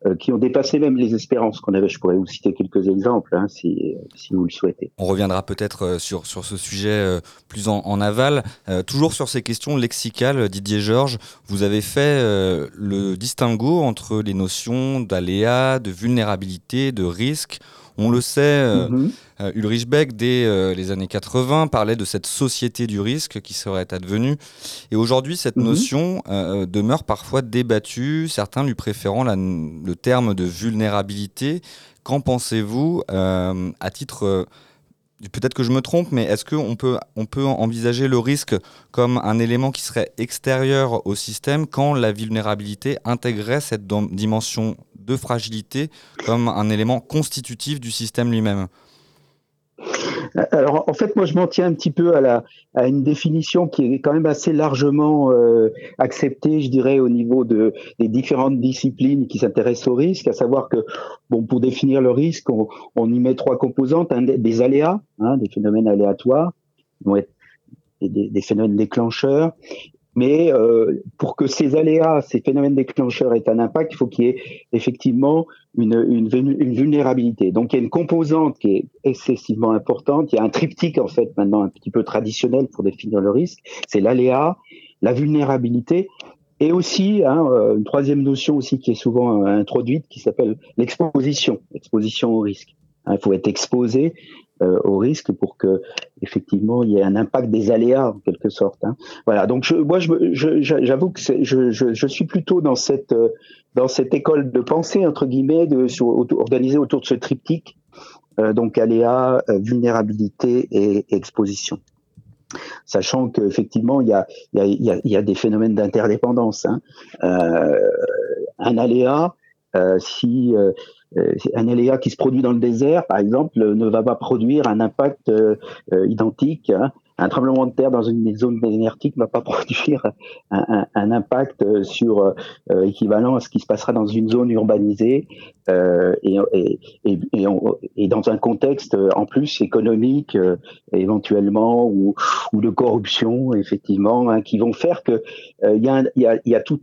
qui ont dépassé même les espérances qu'on avait. Je pourrais vous citer quelques exemples si vous le souhaitez. On reviendra peut-être sur ce sujet plus en aval. Toujours sur ces questions lexicales, Didier Georges, vous avez fait le distinguo entre les notions d'aléa, de vulnérabilité, de risque. On le sait, Ulrich Beck, dès les années 80, parlait de cette société du risque qui serait advenue. Et aujourd'hui, cette notion demeure parfois débattue, certains lui préférant le terme de vulnérabilité. Qu'en pensez-vous à titre... Peut-être que je me trompe, mais est-ce qu'on peut envisager le risque comme un élément qui serait extérieur au système quand la vulnérabilité intégrait cette dimension de fragilité comme un élément constitutif du système lui-même ? Alors, en fait, moi, je m'en tiens un petit peu à une définition qui est quand même assez largement acceptée, je dirais, au niveau des différentes disciplines qui s'intéressent au risque, à savoir que, pour définir le risque, on y met 3 composantes, des aléas, des phénomènes aléatoires, qui vont être des phénomènes déclencheurs. Mais pour que ces aléas, ces phénomènes déclencheurs aient un impact, il faut qu'il y ait effectivement une vulnérabilité. Donc il y a une composante qui est excessivement importante. Il y a un triptyque en fait maintenant un petit peu traditionnel pour définir le risque. C'est l'aléa, la vulnérabilité et aussi une troisième notion aussi qui est souvent introduite qui s'appelle l'exposition au risque. Il faut être exposé au risque pour que effectivement il y ait un impact des aléas en quelque sorte. Voilà. Donc j'avoue que je suis plutôt dans cette école de pensée entre guillemets organisée autour de ce triptyque. Donc aléas, vulnérabilité et exposition. Sachant qu'effectivement il y a des phénomènes d'interdépendance. Un aléa, un aléa qui se produit dans le désert, par exemple, ne va pas produire un impact identique. Un tremblement de terre dans une zone désertique ne va pas produire un impact équivalent à ce qui se passera dans une zone urbanisée et dans un contexte en plus économique éventuellement ou de corruption effectivement qui vont faire que il y a tout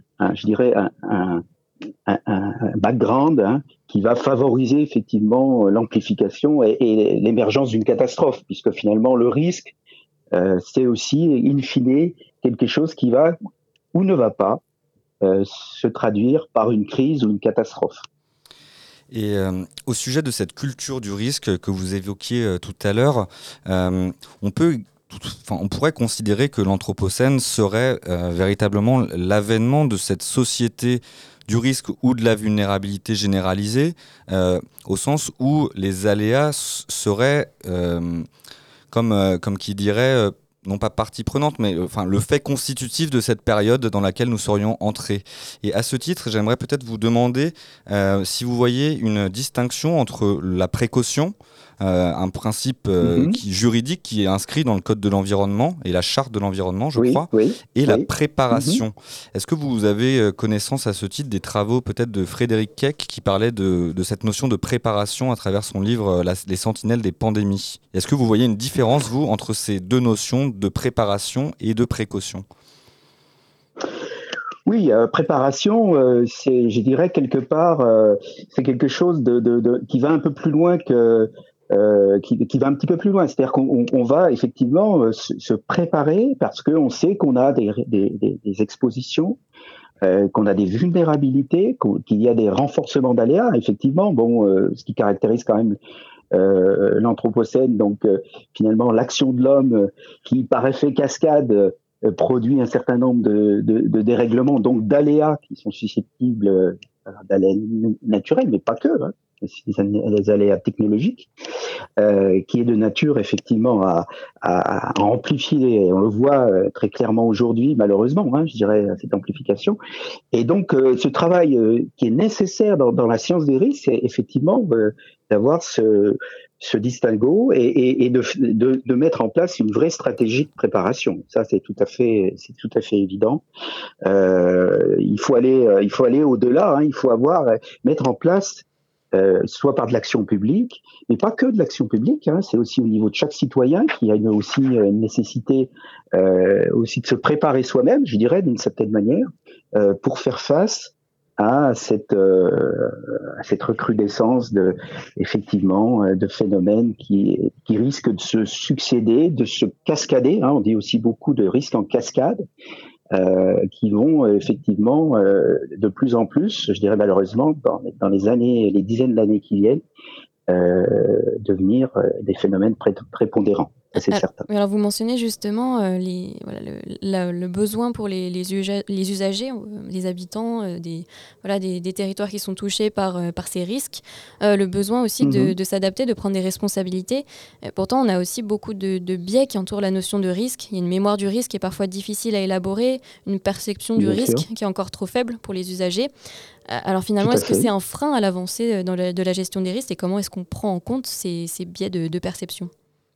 un background qui va favoriser effectivement l'amplification et l'émergence d'une catastrophe, puisque finalement le risque, c'est aussi in fine quelque chose qui va ou ne va pas se traduire par une crise ou une catastrophe. Et au sujet de cette culture du risque que vous évoquiez tout à l'heure, on pourrait considérer que l'Anthropocène serait véritablement l'avènement de cette société du risque ou de la vulnérabilité généralisée, au sens où les aléas seraient, comme qui dirait, non pas partie prenante, mais le fait constitutif de cette période dans laquelle nous serions entrés. Et à ce titre, j'aimerais peut-être vous demander si vous voyez une distinction entre la précaution, un principe juridique qui est inscrit dans le Code de l'environnement et la Charte de l'environnement, je crois, et la préparation. Est-ce que vous avez connaissance à ce titre des travaux peut-être de Frédéric Keck qui parlait de cette notion de préparation à travers son livre Les Sentinelles des pandémies? Est-ce que vous voyez une différence, vous, entre ces deux notions de préparation et de précaution? Oui, préparation, c'est, je dirais quelque part, c'est quelque chose qui va un peu plus loin qui va un petit peu plus loin. C'est-à-dire qu'on va effectivement se préparer parce qu'on sait qu'on a des expositions, qu'on a des vulnérabilités, qu'il y a des renforcements d'aléas. Effectivement, ce qui caractérise quand même l'Anthropocène, donc finalement l'action de l'homme qui par effet cascade produit un certain nombre de dérèglements, donc d'aléas qui sont susceptibles d'aléas naturels, mais pas que, les aléas technologiques, qui est de nature effectivement à amplifier, on le voit très clairement aujourd'hui, malheureusement, je dirais, cette amplification. Et donc, ce travail qui est nécessaire dans la science des risques, c'est effectivement d'avoir ce distinguo et de mettre en place une vraie stratégie de préparation. Ça, c'est tout à fait évident. Il faut aller au-delà. Il faut mettre en place soit par de l'action publique, mais pas que de l'action publique. C'est aussi au niveau de chaque citoyen qui a aussi une nécessité aussi de se préparer soi-même, je dirais, d'une certaine manière, pour faire face à cette recrudescence effectivement de phénomènes qui risquent de se succéder, de se cascader. On dit aussi beaucoup de risques en cascade qui vont effectivement de plus en plus, je dirais malheureusement, dans les dizaines d'années qui viennent, devenir des phénomènes prépondérants. C'est certain. Alors vous mentionnez justement le besoin pour les usagers, les habitants des territoires qui sont touchés par ces risques, le besoin aussi de s'adapter, de prendre des responsabilités. Pourtant, on a aussi beaucoup de biais qui entourent la notion de risque. Il y a une mémoire du risque qui est parfois difficile à élaborer, une perception du risque qui est encore trop faible pour les usagers. Alors finalement, est-ce que c'est un frein à l'avancée de la gestion des risques et comment est-ce qu'on prend en compte ces biais de perception ?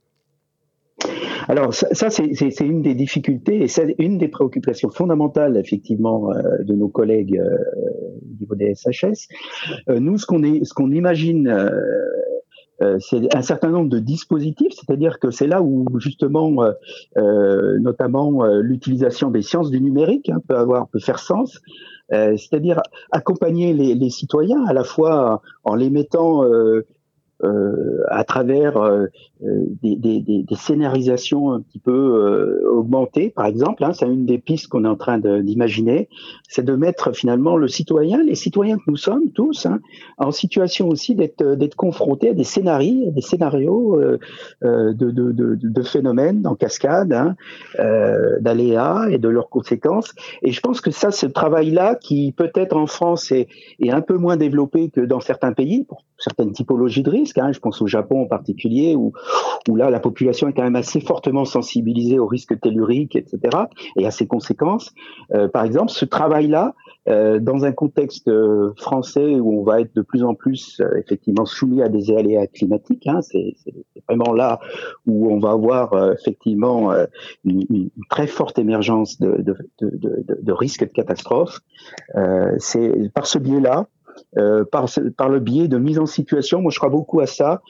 Alors ça c'est une des difficultés et c'est une des préoccupations fondamentales effectivement de nos collègues au niveau des SHS. Nous ce qu'on imagine c'est un certain nombre de dispositifs, c'est-à-dire que c'est là où justement notamment l'utilisation des sciences du numérique peut faire sens. C'est-à-dire accompagner les citoyens à la fois en les mettant à travers des scénarisations un petit peu augmentées, par exemple, c'est une des pistes qu'on est en train d'imaginer, c'est de mettre finalement les citoyens que nous sommes tous, en situation aussi d'être confrontés à des scénarios de phénomènes en cascade, d'aléas et de leurs conséquences. Et je pense que ce travail-là, qui peut-être en France est un peu moins développé que dans certains pays, pour certaines typologies de risques, je pense au Japon en particulier, où là la population est quand même assez fortement sensibilisée aux risques telluriques, etc., et à ses conséquences. Par exemple, ce travail-là, dans un contexte français où on va être de plus en plus effectivement soumis à des aléas climatiques, c'est vraiment là où on va avoir effectivement une très forte émergence de risques de catastrophes. C'est par ce biais-là, par le biais de mise en situation, moi je crois beaucoup à ça.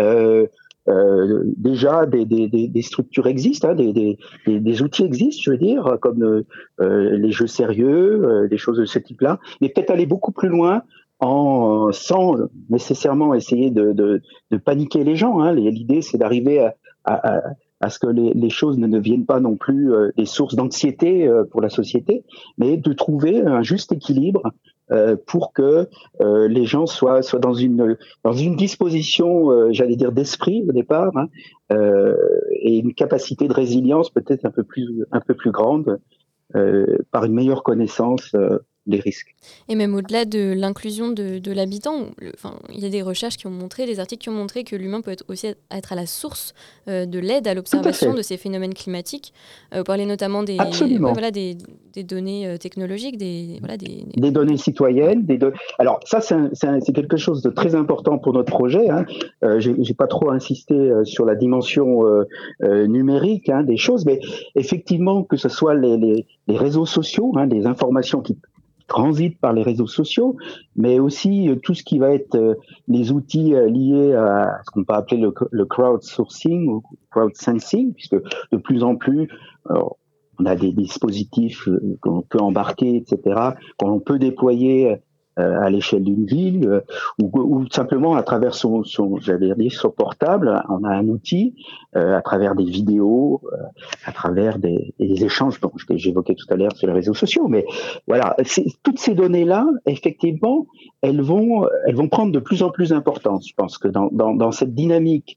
Déjà des structures existent, des outils existent, je veux dire, comme les jeux sérieux, des choses de ce type-là, mais peut-être aller beaucoup plus loin sans nécessairement essayer de paniquer les gens. L'idée, c'est d'arriver à ce que les choses ne deviennent pas non plus des sources d'anxiété pour la société, mais de trouver un juste équilibre pour que les gens soient dans une disposition, j'allais dire, d'esprit au départ, et une capacité de résilience peut-être un peu plus grande par une meilleure connaissance des risques. Et même au-delà de l'inclusion de l'habitant, il y a des recherches qui ont montré, des articles qui ont montré que l'humain peut aussi être à la source de l'aide à l'observation de ces phénomènes climatiques. Vous parlez notamment des données technologiques, des données citoyennes. Alors ça, c'est quelque chose de très important pour notre projet. J'ai pas trop insisté sur la dimension numérique des choses, mais effectivement que ce soit les réseaux sociaux, les informations qui transitent par les réseaux sociaux, mais aussi tout ce qui va être les outils liés à ce qu'on peut appeler le crowdsourcing ou crowdsensing, puisque de plus en plus, on a des dispositifs qu'on peut embarquer, etc., qu'on peut déployer à l'échelle d'une ville, ou simplement à travers son portable, on a un outil, à travers des vidéos, à travers des échanges, j'évoquais tout à l'heure sur les réseaux sociaux, mais voilà, toutes ces données-là, effectivement, elles vont prendre de plus en plus d'importance. Je pense que dans cette dynamique,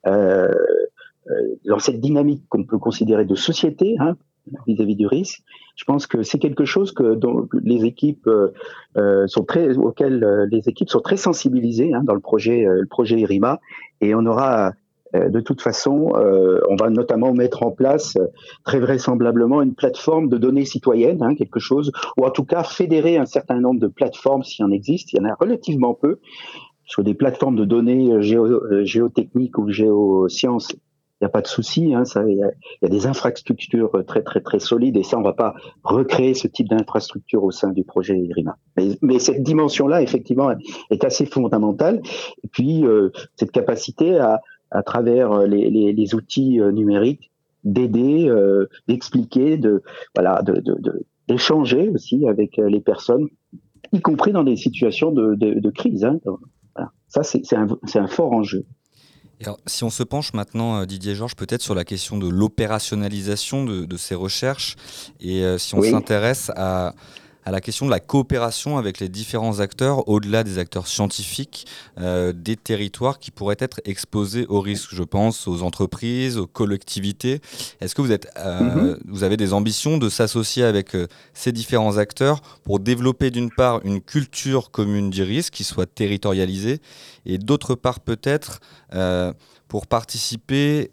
qu'on peut considérer de société, vis-à-vis du risque, je pense que c'est quelque chose dont les équipes auxquelles les équipes sont très sensibilisées dans le projet IRIMA, et on aura de toute façon, on va notamment mettre en place très vraisemblablement une plateforme de données citoyennes, quelque chose, ou en tout cas fédérer un certain nombre de plateformes s'il y en existe. Il y en a relativement peu sur des plateformes de données géotechniques ou géosciences. Il n'y a pas de souci, il y a des infrastructures très très très solides, et ça, on ne va pas recréer ce type d'infrastructure au sein du projet IRIMA. Mais cette dimension-là, effectivement, est assez fondamentale. Et puis cette capacité à travers les outils numériques d'aider, d'expliquer, d'échanger aussi avec les personnes y compris dans des situations de crise. Hein. Voilà. Ça, c'est un fort enjeu. Alors, si on se penche maintenant, Didier Georges, peut-être sur la question de l'opérationnalisation de ces recherches, et si on s'intéresse à la question de la coopération avec les différents acteurs, au-delà des acteurs scientifiques, des territoires qui pourraient être exposés aux risques. Je pense aux entreprises, aux collectivités. Est-ce que vous avez des ambitions de s'associer avec ces différents acteurs pour développer d'une part une culture commune du risque qui soit territorialisée, et d'autre part peut-être pour participer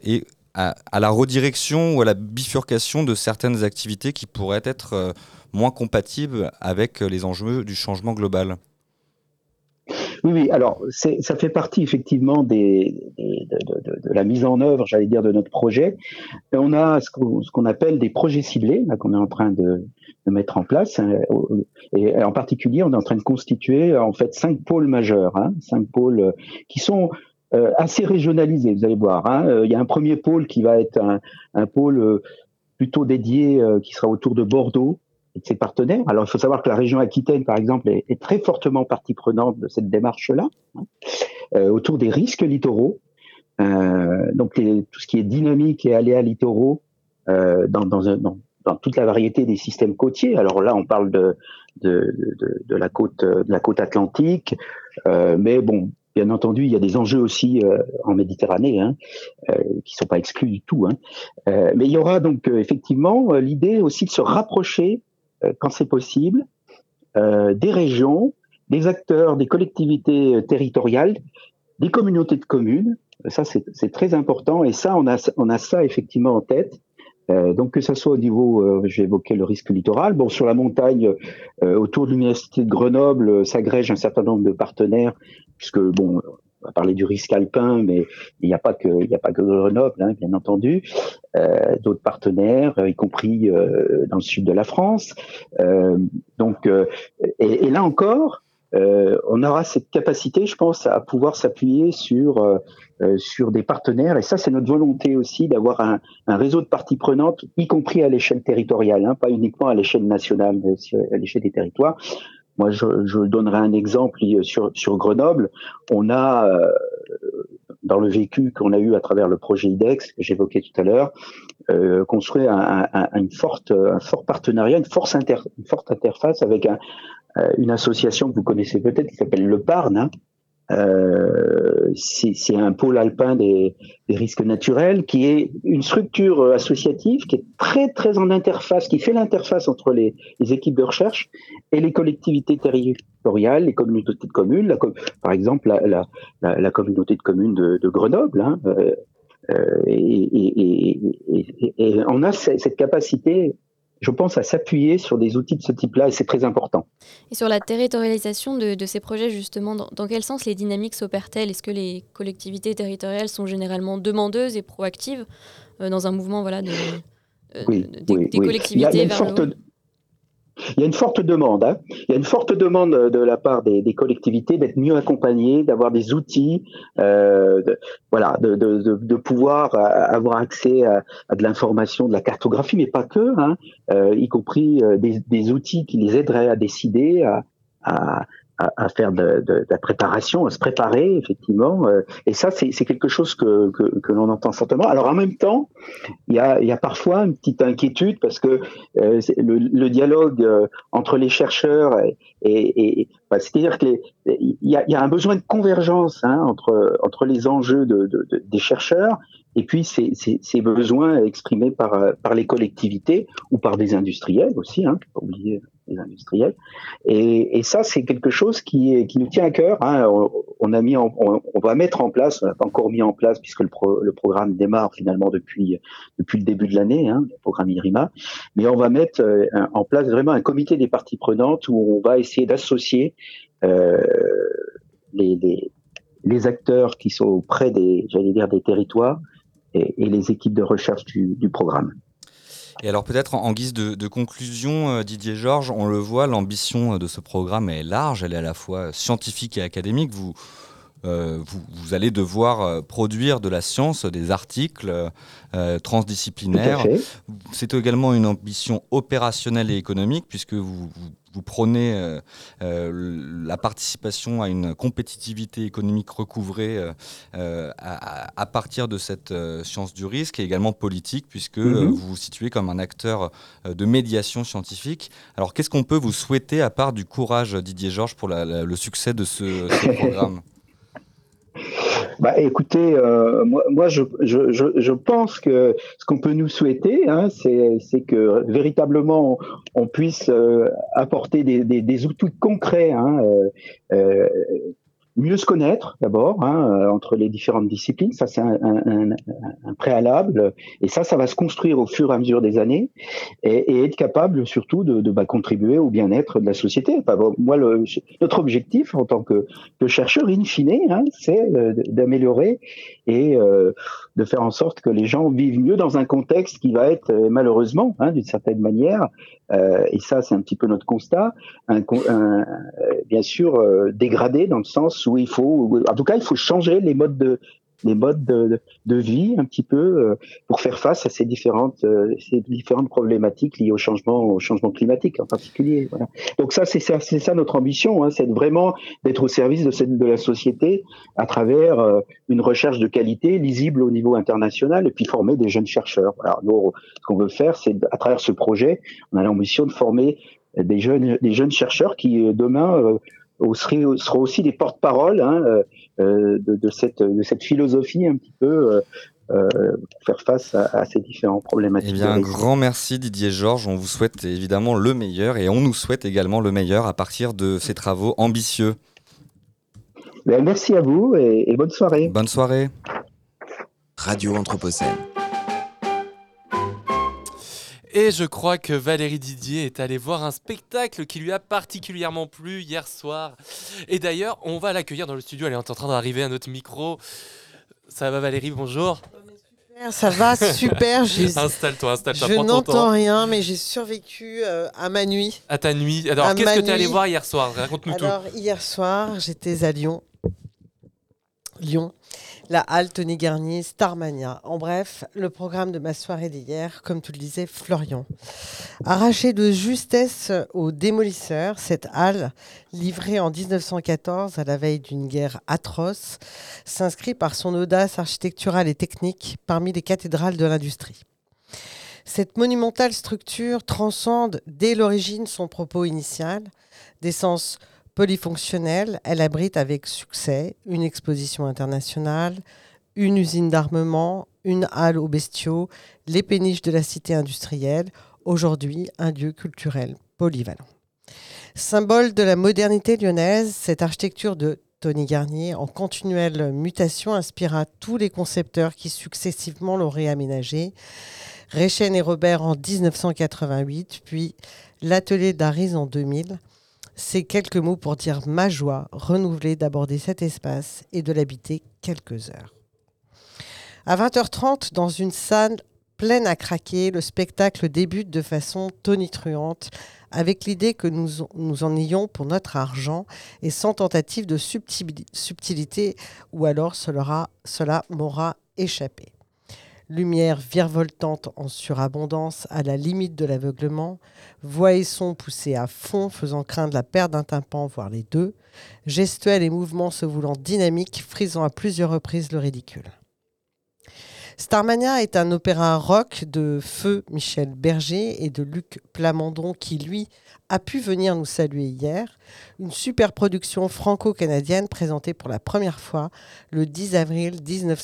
à la redirection ou à la bifurcation de certaines activités qui pourraient être moins compatibles avec les enjeux du changement global? Oui, alors ça fait partie effectivement de la mise en œuvre, j'allais dire, de notre projet. Et on a ce qu'on appelle des projets ciblés, là, qu'on est en train de mettre en place. Et en particulier, on est en train de constituer en fait 5 pôles majeurs, 5 pôles qui sont assez régionalisés, vous allez voir. Il y a un premier pôle qui va être un pôle plutôt dédié, qui sera autour de Bordeaux et de ses partenaires. Alors, il faut savoir que la région Aquitaine, par exemple, est très fortement partie prenante de cette démarche-là, autour des risques littoraux. Donc, tout ce qui est dynamique et aléas littoraux dans toute la variété des systèmes côtiers. Alors là, on parle de la côte atlantique, mais bon, bien entendu, il y a des enjeux aussi en Méditerranée, qui sont pas exclus du tout. Mais il y aura donc effectivement l'idée aussi de se rapprocher, quand c'est possible, des régions, des acteurs, des collectivités territoriales, des communautés de communes. Ça, c'est très important. Et ça, on a ça effectivement en tête. Donc que ça soit au niveau, j'ai évoqué le risque littoral. Bon, sur la montagne, autour de l'université de Grenoble, s'agrègent un certain nombre de partenaires, puisque bon, on va parler du risque alpin, mais il n'y a pas que Grenoble, bien entendu. D'autres partenaires, y compris dans le sud de la France. Et là encore, on aura cette capacité, je pense, à pouvoir s'appuyer sur des partenaires. Et ça, c'est notre volonté aussi d'avoir un réseau de parties prenantes, y compris à l'échelle territoriale, pas uniquement à l'échelle nationale, mais aussi à l'échelle des territoires. Moi, je donnerai un exemple sur Grenoble. On a, dans le vécu qu'on a eu à travers le projet IDEX, que j'évoquais tout à l'heure, construit un fort partenariat, une forte interface avec une association que vous connaissez peut-être, qui s'appelle le Parn. C'est un pôle alpin des risques naturels, qui est une structure associative qui est très très en interface, qui fait l'interface entre les équipes de recherche et les collectivités territoriales, les communautés de communes, par exemple la communauté de communes de Grenoble. Et on a cette capacité, je pense, à s'appuyer sur des outils de ce type-là, et c'est très important. Et sur la territorialisation de ces projets, justement, dans quel sens les dynamiques s'opèrent-elles? Est-ce que les collectivités territoriales sont généralement demandeuses et proactives dans un mouvement des collectivités vers le haut? Il y a une forte demande. Il y a une forte demande de la part des collectivités d'être mieux accompagnées, d'avoir des outils, de pouvoir avoir accès à de l'information, de la cartographie, mais pas que, y compris des outils qui les aideraient à décider, à faire de la préparation, à se préparer, effectivement. Et ça, c'est quelque chose que l'on entend fortement. Alors, en même temps, il y a parfois une petite inquiétude, parce que le dialogue entre les chercheurs c'est-à-dire qu'il y a un besoin de convergence entre les enjeux des chercheurs et puis ces besoins exprimés par les collectivités ou par des industriels aussi, faut pas oublier les industriels. Et ça, c'est quelque chose qui nous tient à cœur. On va mettre en place, on n'a pas encore mis en place puisque le programme démarre finalement depuis le début de l'année, le programme IRIMA, mais on va mettre en place vraiment un comité des parties prenantes où on va essayer d'associer les acteurs qui sont auprès des territoires et les équipes de recherche du programme. Et alors peut-être en guise de conclusion, Didier Georges, on le voit, l'ambition de ce programme est large, elle est à la fois scientifique et académique. Vous allez devoir produire de la science, des articles transdisciplinaires. C'est également une ambition opérationnelle et économique, puisque vous vous prônez la participation à une compétitivité économique recouvrée à partir de cette science du risque et également politique, puisque vous vous situez comme un acteur de médiation scientifique. Alors, qu'est-ce qu'on peut vous souhaiter à part du courage, Didier Georges, pour le succès de ce programme ? Écoutez, moi je pense que ce qu'on peut nous souhaiter, c'est que véritablement on puisse apporter des outils concrets, mieux se connaître d'abord entre les différentes disciplines, ça c'est un préalable, et ça va se construire au fur et à mesure des années, et être capable surtout de contribuer au bien-être de la société. Moi, notre objectif en tant que chercheur in fine, c'est d'améliorer et de faire en sorte que les gens vivent mieux dans un contexte qui va être malheureusement, d'une certaine manière, et ça c'est un petit peu notre constat, bien sûr dégradé dans le sens où il faut changer les modes de vie un petit peu pour faire face à ces différentes problématiques liées au changement climatique en particulier. Voilà. Donc c'est ça notre ambition, c'est vraiment d'être au service de la société à travers une recherche de qualité lisible au niveau international et puis former des jeunes chercheurs. Voilà. Nous, ce qu'on veut faire, c'est à travers ce projet, on a l'ambition de former des jeunes chercheurs qui demain seront aussi des porte-parole de cette philosophie un petit peu pour faire face à ces différentes problématiques. Eh bien, un grand merci Didier Georges, on vous souhaite évidemment le meilleur et on nous souhaite également le meilleur à partir de ces travaux ambitieux. Merci à vous et bonne soirée. Bonne soirée. Radio Anthropocène. Et je crois que Valérie Didier est allée voir un spectacle qui lui a particulièrement plu hier soir. Et d'ailleurs, on va l'accueillir dans le studio. Elle est en train d'arriver à notre micro. Ça va Valérie, bonjour. Ça va, super. Installe-toi. Je n'entends rien, mais j'ai survécu à ma nuit. À ta nuit. Alors, qu'est-ce que tu es allé voir hier soir ? Raconte-nous tout. Alors, hier soir, j'étais à Lyon. La halle Tony Garnier, Starmania. En bref, le programme de ma soirée d'hier, comme tu le disais, Florian. Arrachée de justesse aux démolisseurs, cette halle, livrée en 1914 à la veille d'une guerre atroce, s'inscrit par son audace architecturale et technique parmi les cathédrales de l'industrie. Cette monumentale structure transcende dès l'origine son propos initial, d'essence polyfonctionnelle. Elle abrite avec succès une exposition internationale, une usine d'armement, une halle aux bestiaux, les péniches de la cité industrielle, aujourd'hui un lieu culturel polyvalent. Symbole de la modernité lyonnaise, cette architecture de Tony Garnier, en continuelle mutation, inspira tous les concepteurs qui successivement l'ont réaménagée. Reichen et Robert en 1988, puis l'atelier d'Aris en 2000. C'est quelques mots pour dire ma joie renouvelée d'aborder cet espace et de l'habiter quelques heures. À 20h30, dans une salle pleine à craquer, le spectacle débute de façon tonitruante avec l'idée que nous en ayons pour notre argent et sans tentative de subtilité ou alors cela m'aura échappé. Lumière virevoltante en surabondance à la limite de l'aveuglement, voix et son poussés à fond faisant craindre la perte d'un tympan, voire les deux, gestuels et mouvements se voulant dynamiques, frisant à plusieurs reprises le ridicule. Starmania est un opéra rock de feu Michel Berger et de Luc Plamondon qui, lui, a pu venir nous saluer hier. Une super production franco-canadienne présentée pour la première fois le 10 avril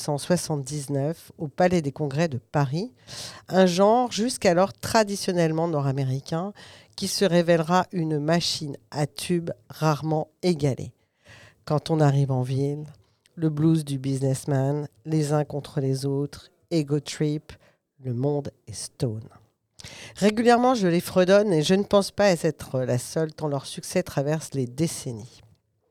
1979 au Palais des Congrès de Paris. Un genre jusqu'alors traditionnellement nord-américain qui se révélera une machine à tubes rarement égalée. Quand on arrive en ville, le blues du businessman, les uns contre les autres, ego trip, le monde est stone. Régulièrement, je les fredonne et je ne pense pas être la seule tant leur succès traverse les décennies.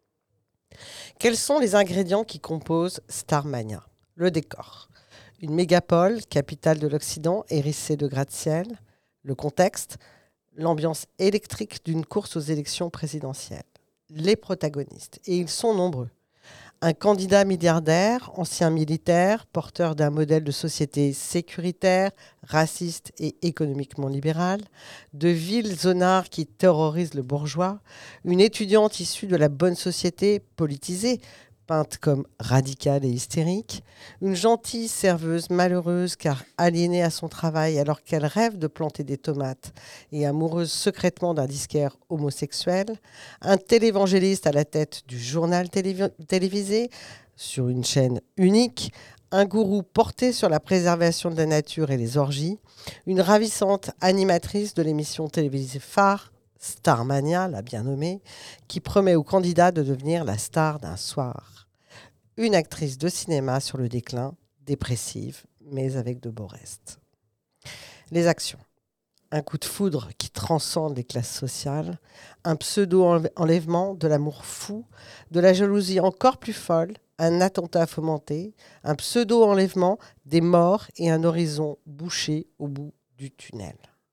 Quels sont les ingrédients qui composent Starmania ? Le décor. Une mégapole, capitale de l'Occident, hérissée de gratte-ciel. Le contexte, l'ambiance électrique d'une course aux élections présidentielles. Les protagonistes, et ils sont nombreux. Un candidat milliardaire, ancien militaire, porteur d'un modèle de société sécuritaire, raciste et économiquement libéral, de vil zonard qui terrorise le bourgeois, une étudiante issue de la bonne société politisée, peinte comme radicale et hystérique, une gentille serveuse malheureuse car aliénée à son travail alors qu'elle rêve de planter des tomates et amoureuse secrètement d'un disquaire homosexuel, un télévangéliste à la tête du journal télévisé sur une chaîne unique, un gourou porté sur la préservation de la nature et les orgies, une ravissante animatrice de l'émission télévisée phare, Starmania, la bien nommée, qui promet aux candidats de devenir la star d'un soir. Une actrice de cinéma sur le déclin, dépressive, mais avec de beaux restes. Les actions. Un coup de foudre qui transcende les classes sociales, un pseudo-enlèvement, de l'amour fou, de la jalousie encore plus folle, un attentat fomenté, un pseudo-enlèvement, des morts et un horizon bouché au bout du tunnel.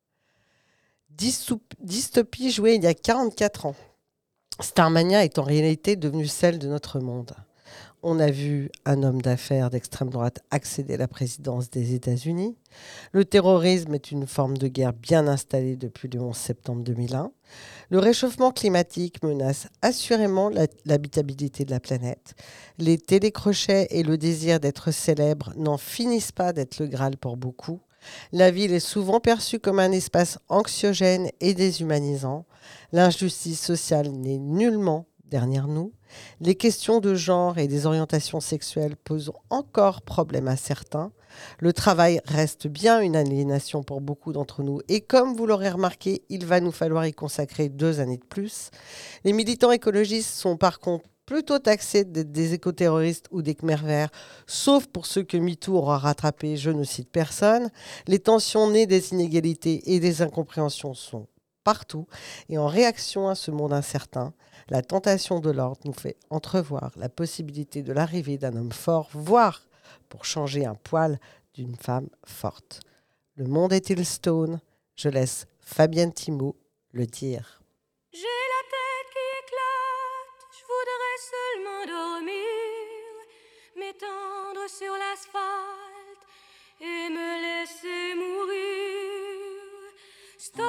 Dystopie jouée il y a 44 ans. Starmania est en réalité devenue celle de notre monde. On a vu un homme d'affaires d'extrême droite accéder à la présidence des États-Unis. Le terrorisme est une forme de guerre bien installée depuis le 11 septembre 2001. Le réchauffement climatique menace assurément l'habitabilité de la planète. Les télécrochets et le désir d'être célèbre n'en finissent pas d'être le Graal pour beaucoup. La ville est souvent perçue comme un espace anxiogène et déshumanisant. L'injustice sociale n'est nullement derrière nous. Les questions de genre et des orientations sexuelles posent encore problème à certains. Le travail reste bien une aliénation pour beaucoup d'entre nous. Et comme vous l'aurez remarqué, il va nous falloir y consacrer 2 années de plus. Les militants écologistes sont par contre plutôt taxés d'être des écoterroristes ou des Khmers verts, sauf pour ceux que MeToo aura rattrapés, je ne cite personne. Les tensions nées des inégalités et des incompréhensions sont partout. Et en réaction à ce monde incertain, la tentation de l'ordre nous fait entrevoir la possibilité de l'arrivée d'un homme fort, voire, pour changer un poil, d'une femme forte. Le monde est-il stone ? Je laisse Fabienne Thibault le dire. J'ai la tête qui éclate, je voudrais seulement dormir, m'étendre sur l'asphalte et me laisser mourir. Stone,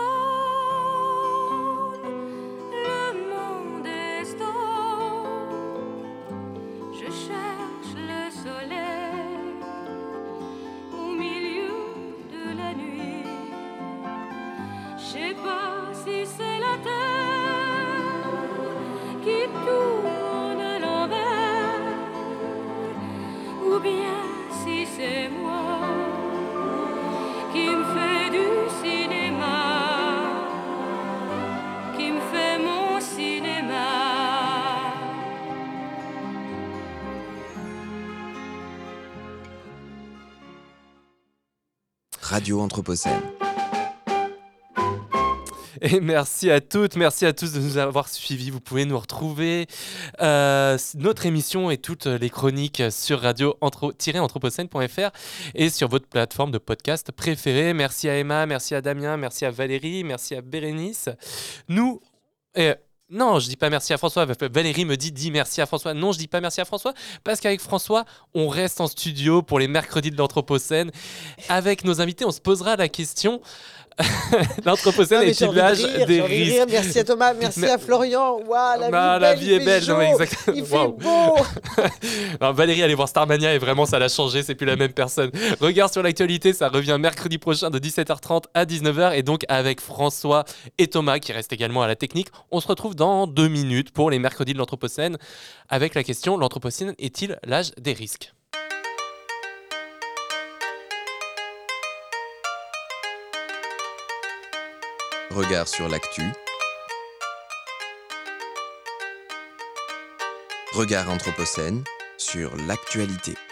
le monde est stone, je cherche le soleil au milieu de la nuit. Je sais pas si c'est la terre qui tourne à l'envers ou bien si c'est moi qui me fait du cinéma, qui me fait mon cinéma. Radio Anthropocène. Et merci à toutes, merci à tous de nous avoir suivis. Vous pouvez nous retrouver notre émission et toutes les chroniques sur radio-anthropocène.fr et sur votre plateforme de podcast préférée. Merci à Emma, merci à Damien, merci à Valérie, merci à Bérénice. Non, je dis pas merci à François. Valérie me dit merci à François. Non, je dis pas merci à François parce qu'avec François, on reste en studio pour les mercredis de l'Anthropocène. Avec nos invités, on se posera la question. L'Anthropocène est-il l'âge des risques? Merci à Thomas, merci à Florian. Waouh, la vie est belle. Non, exactement. Il fait beau. Non, Valérie, allez voir Starmania et vraiment ça l'a changé, c'est plus la même personne. Regard sur l'actualité, ça revient mercredi prochain de 17h30 à 19h et donc avec François et Thomas qui restent également à la technique. On se retrouve dans 2 minutes pour les mercredis de l'Anthropocène avec la question: l'Anthropocène est-il l'âge des risques? Regard sur l'actu. Regard Anthropocène sur l'actualité.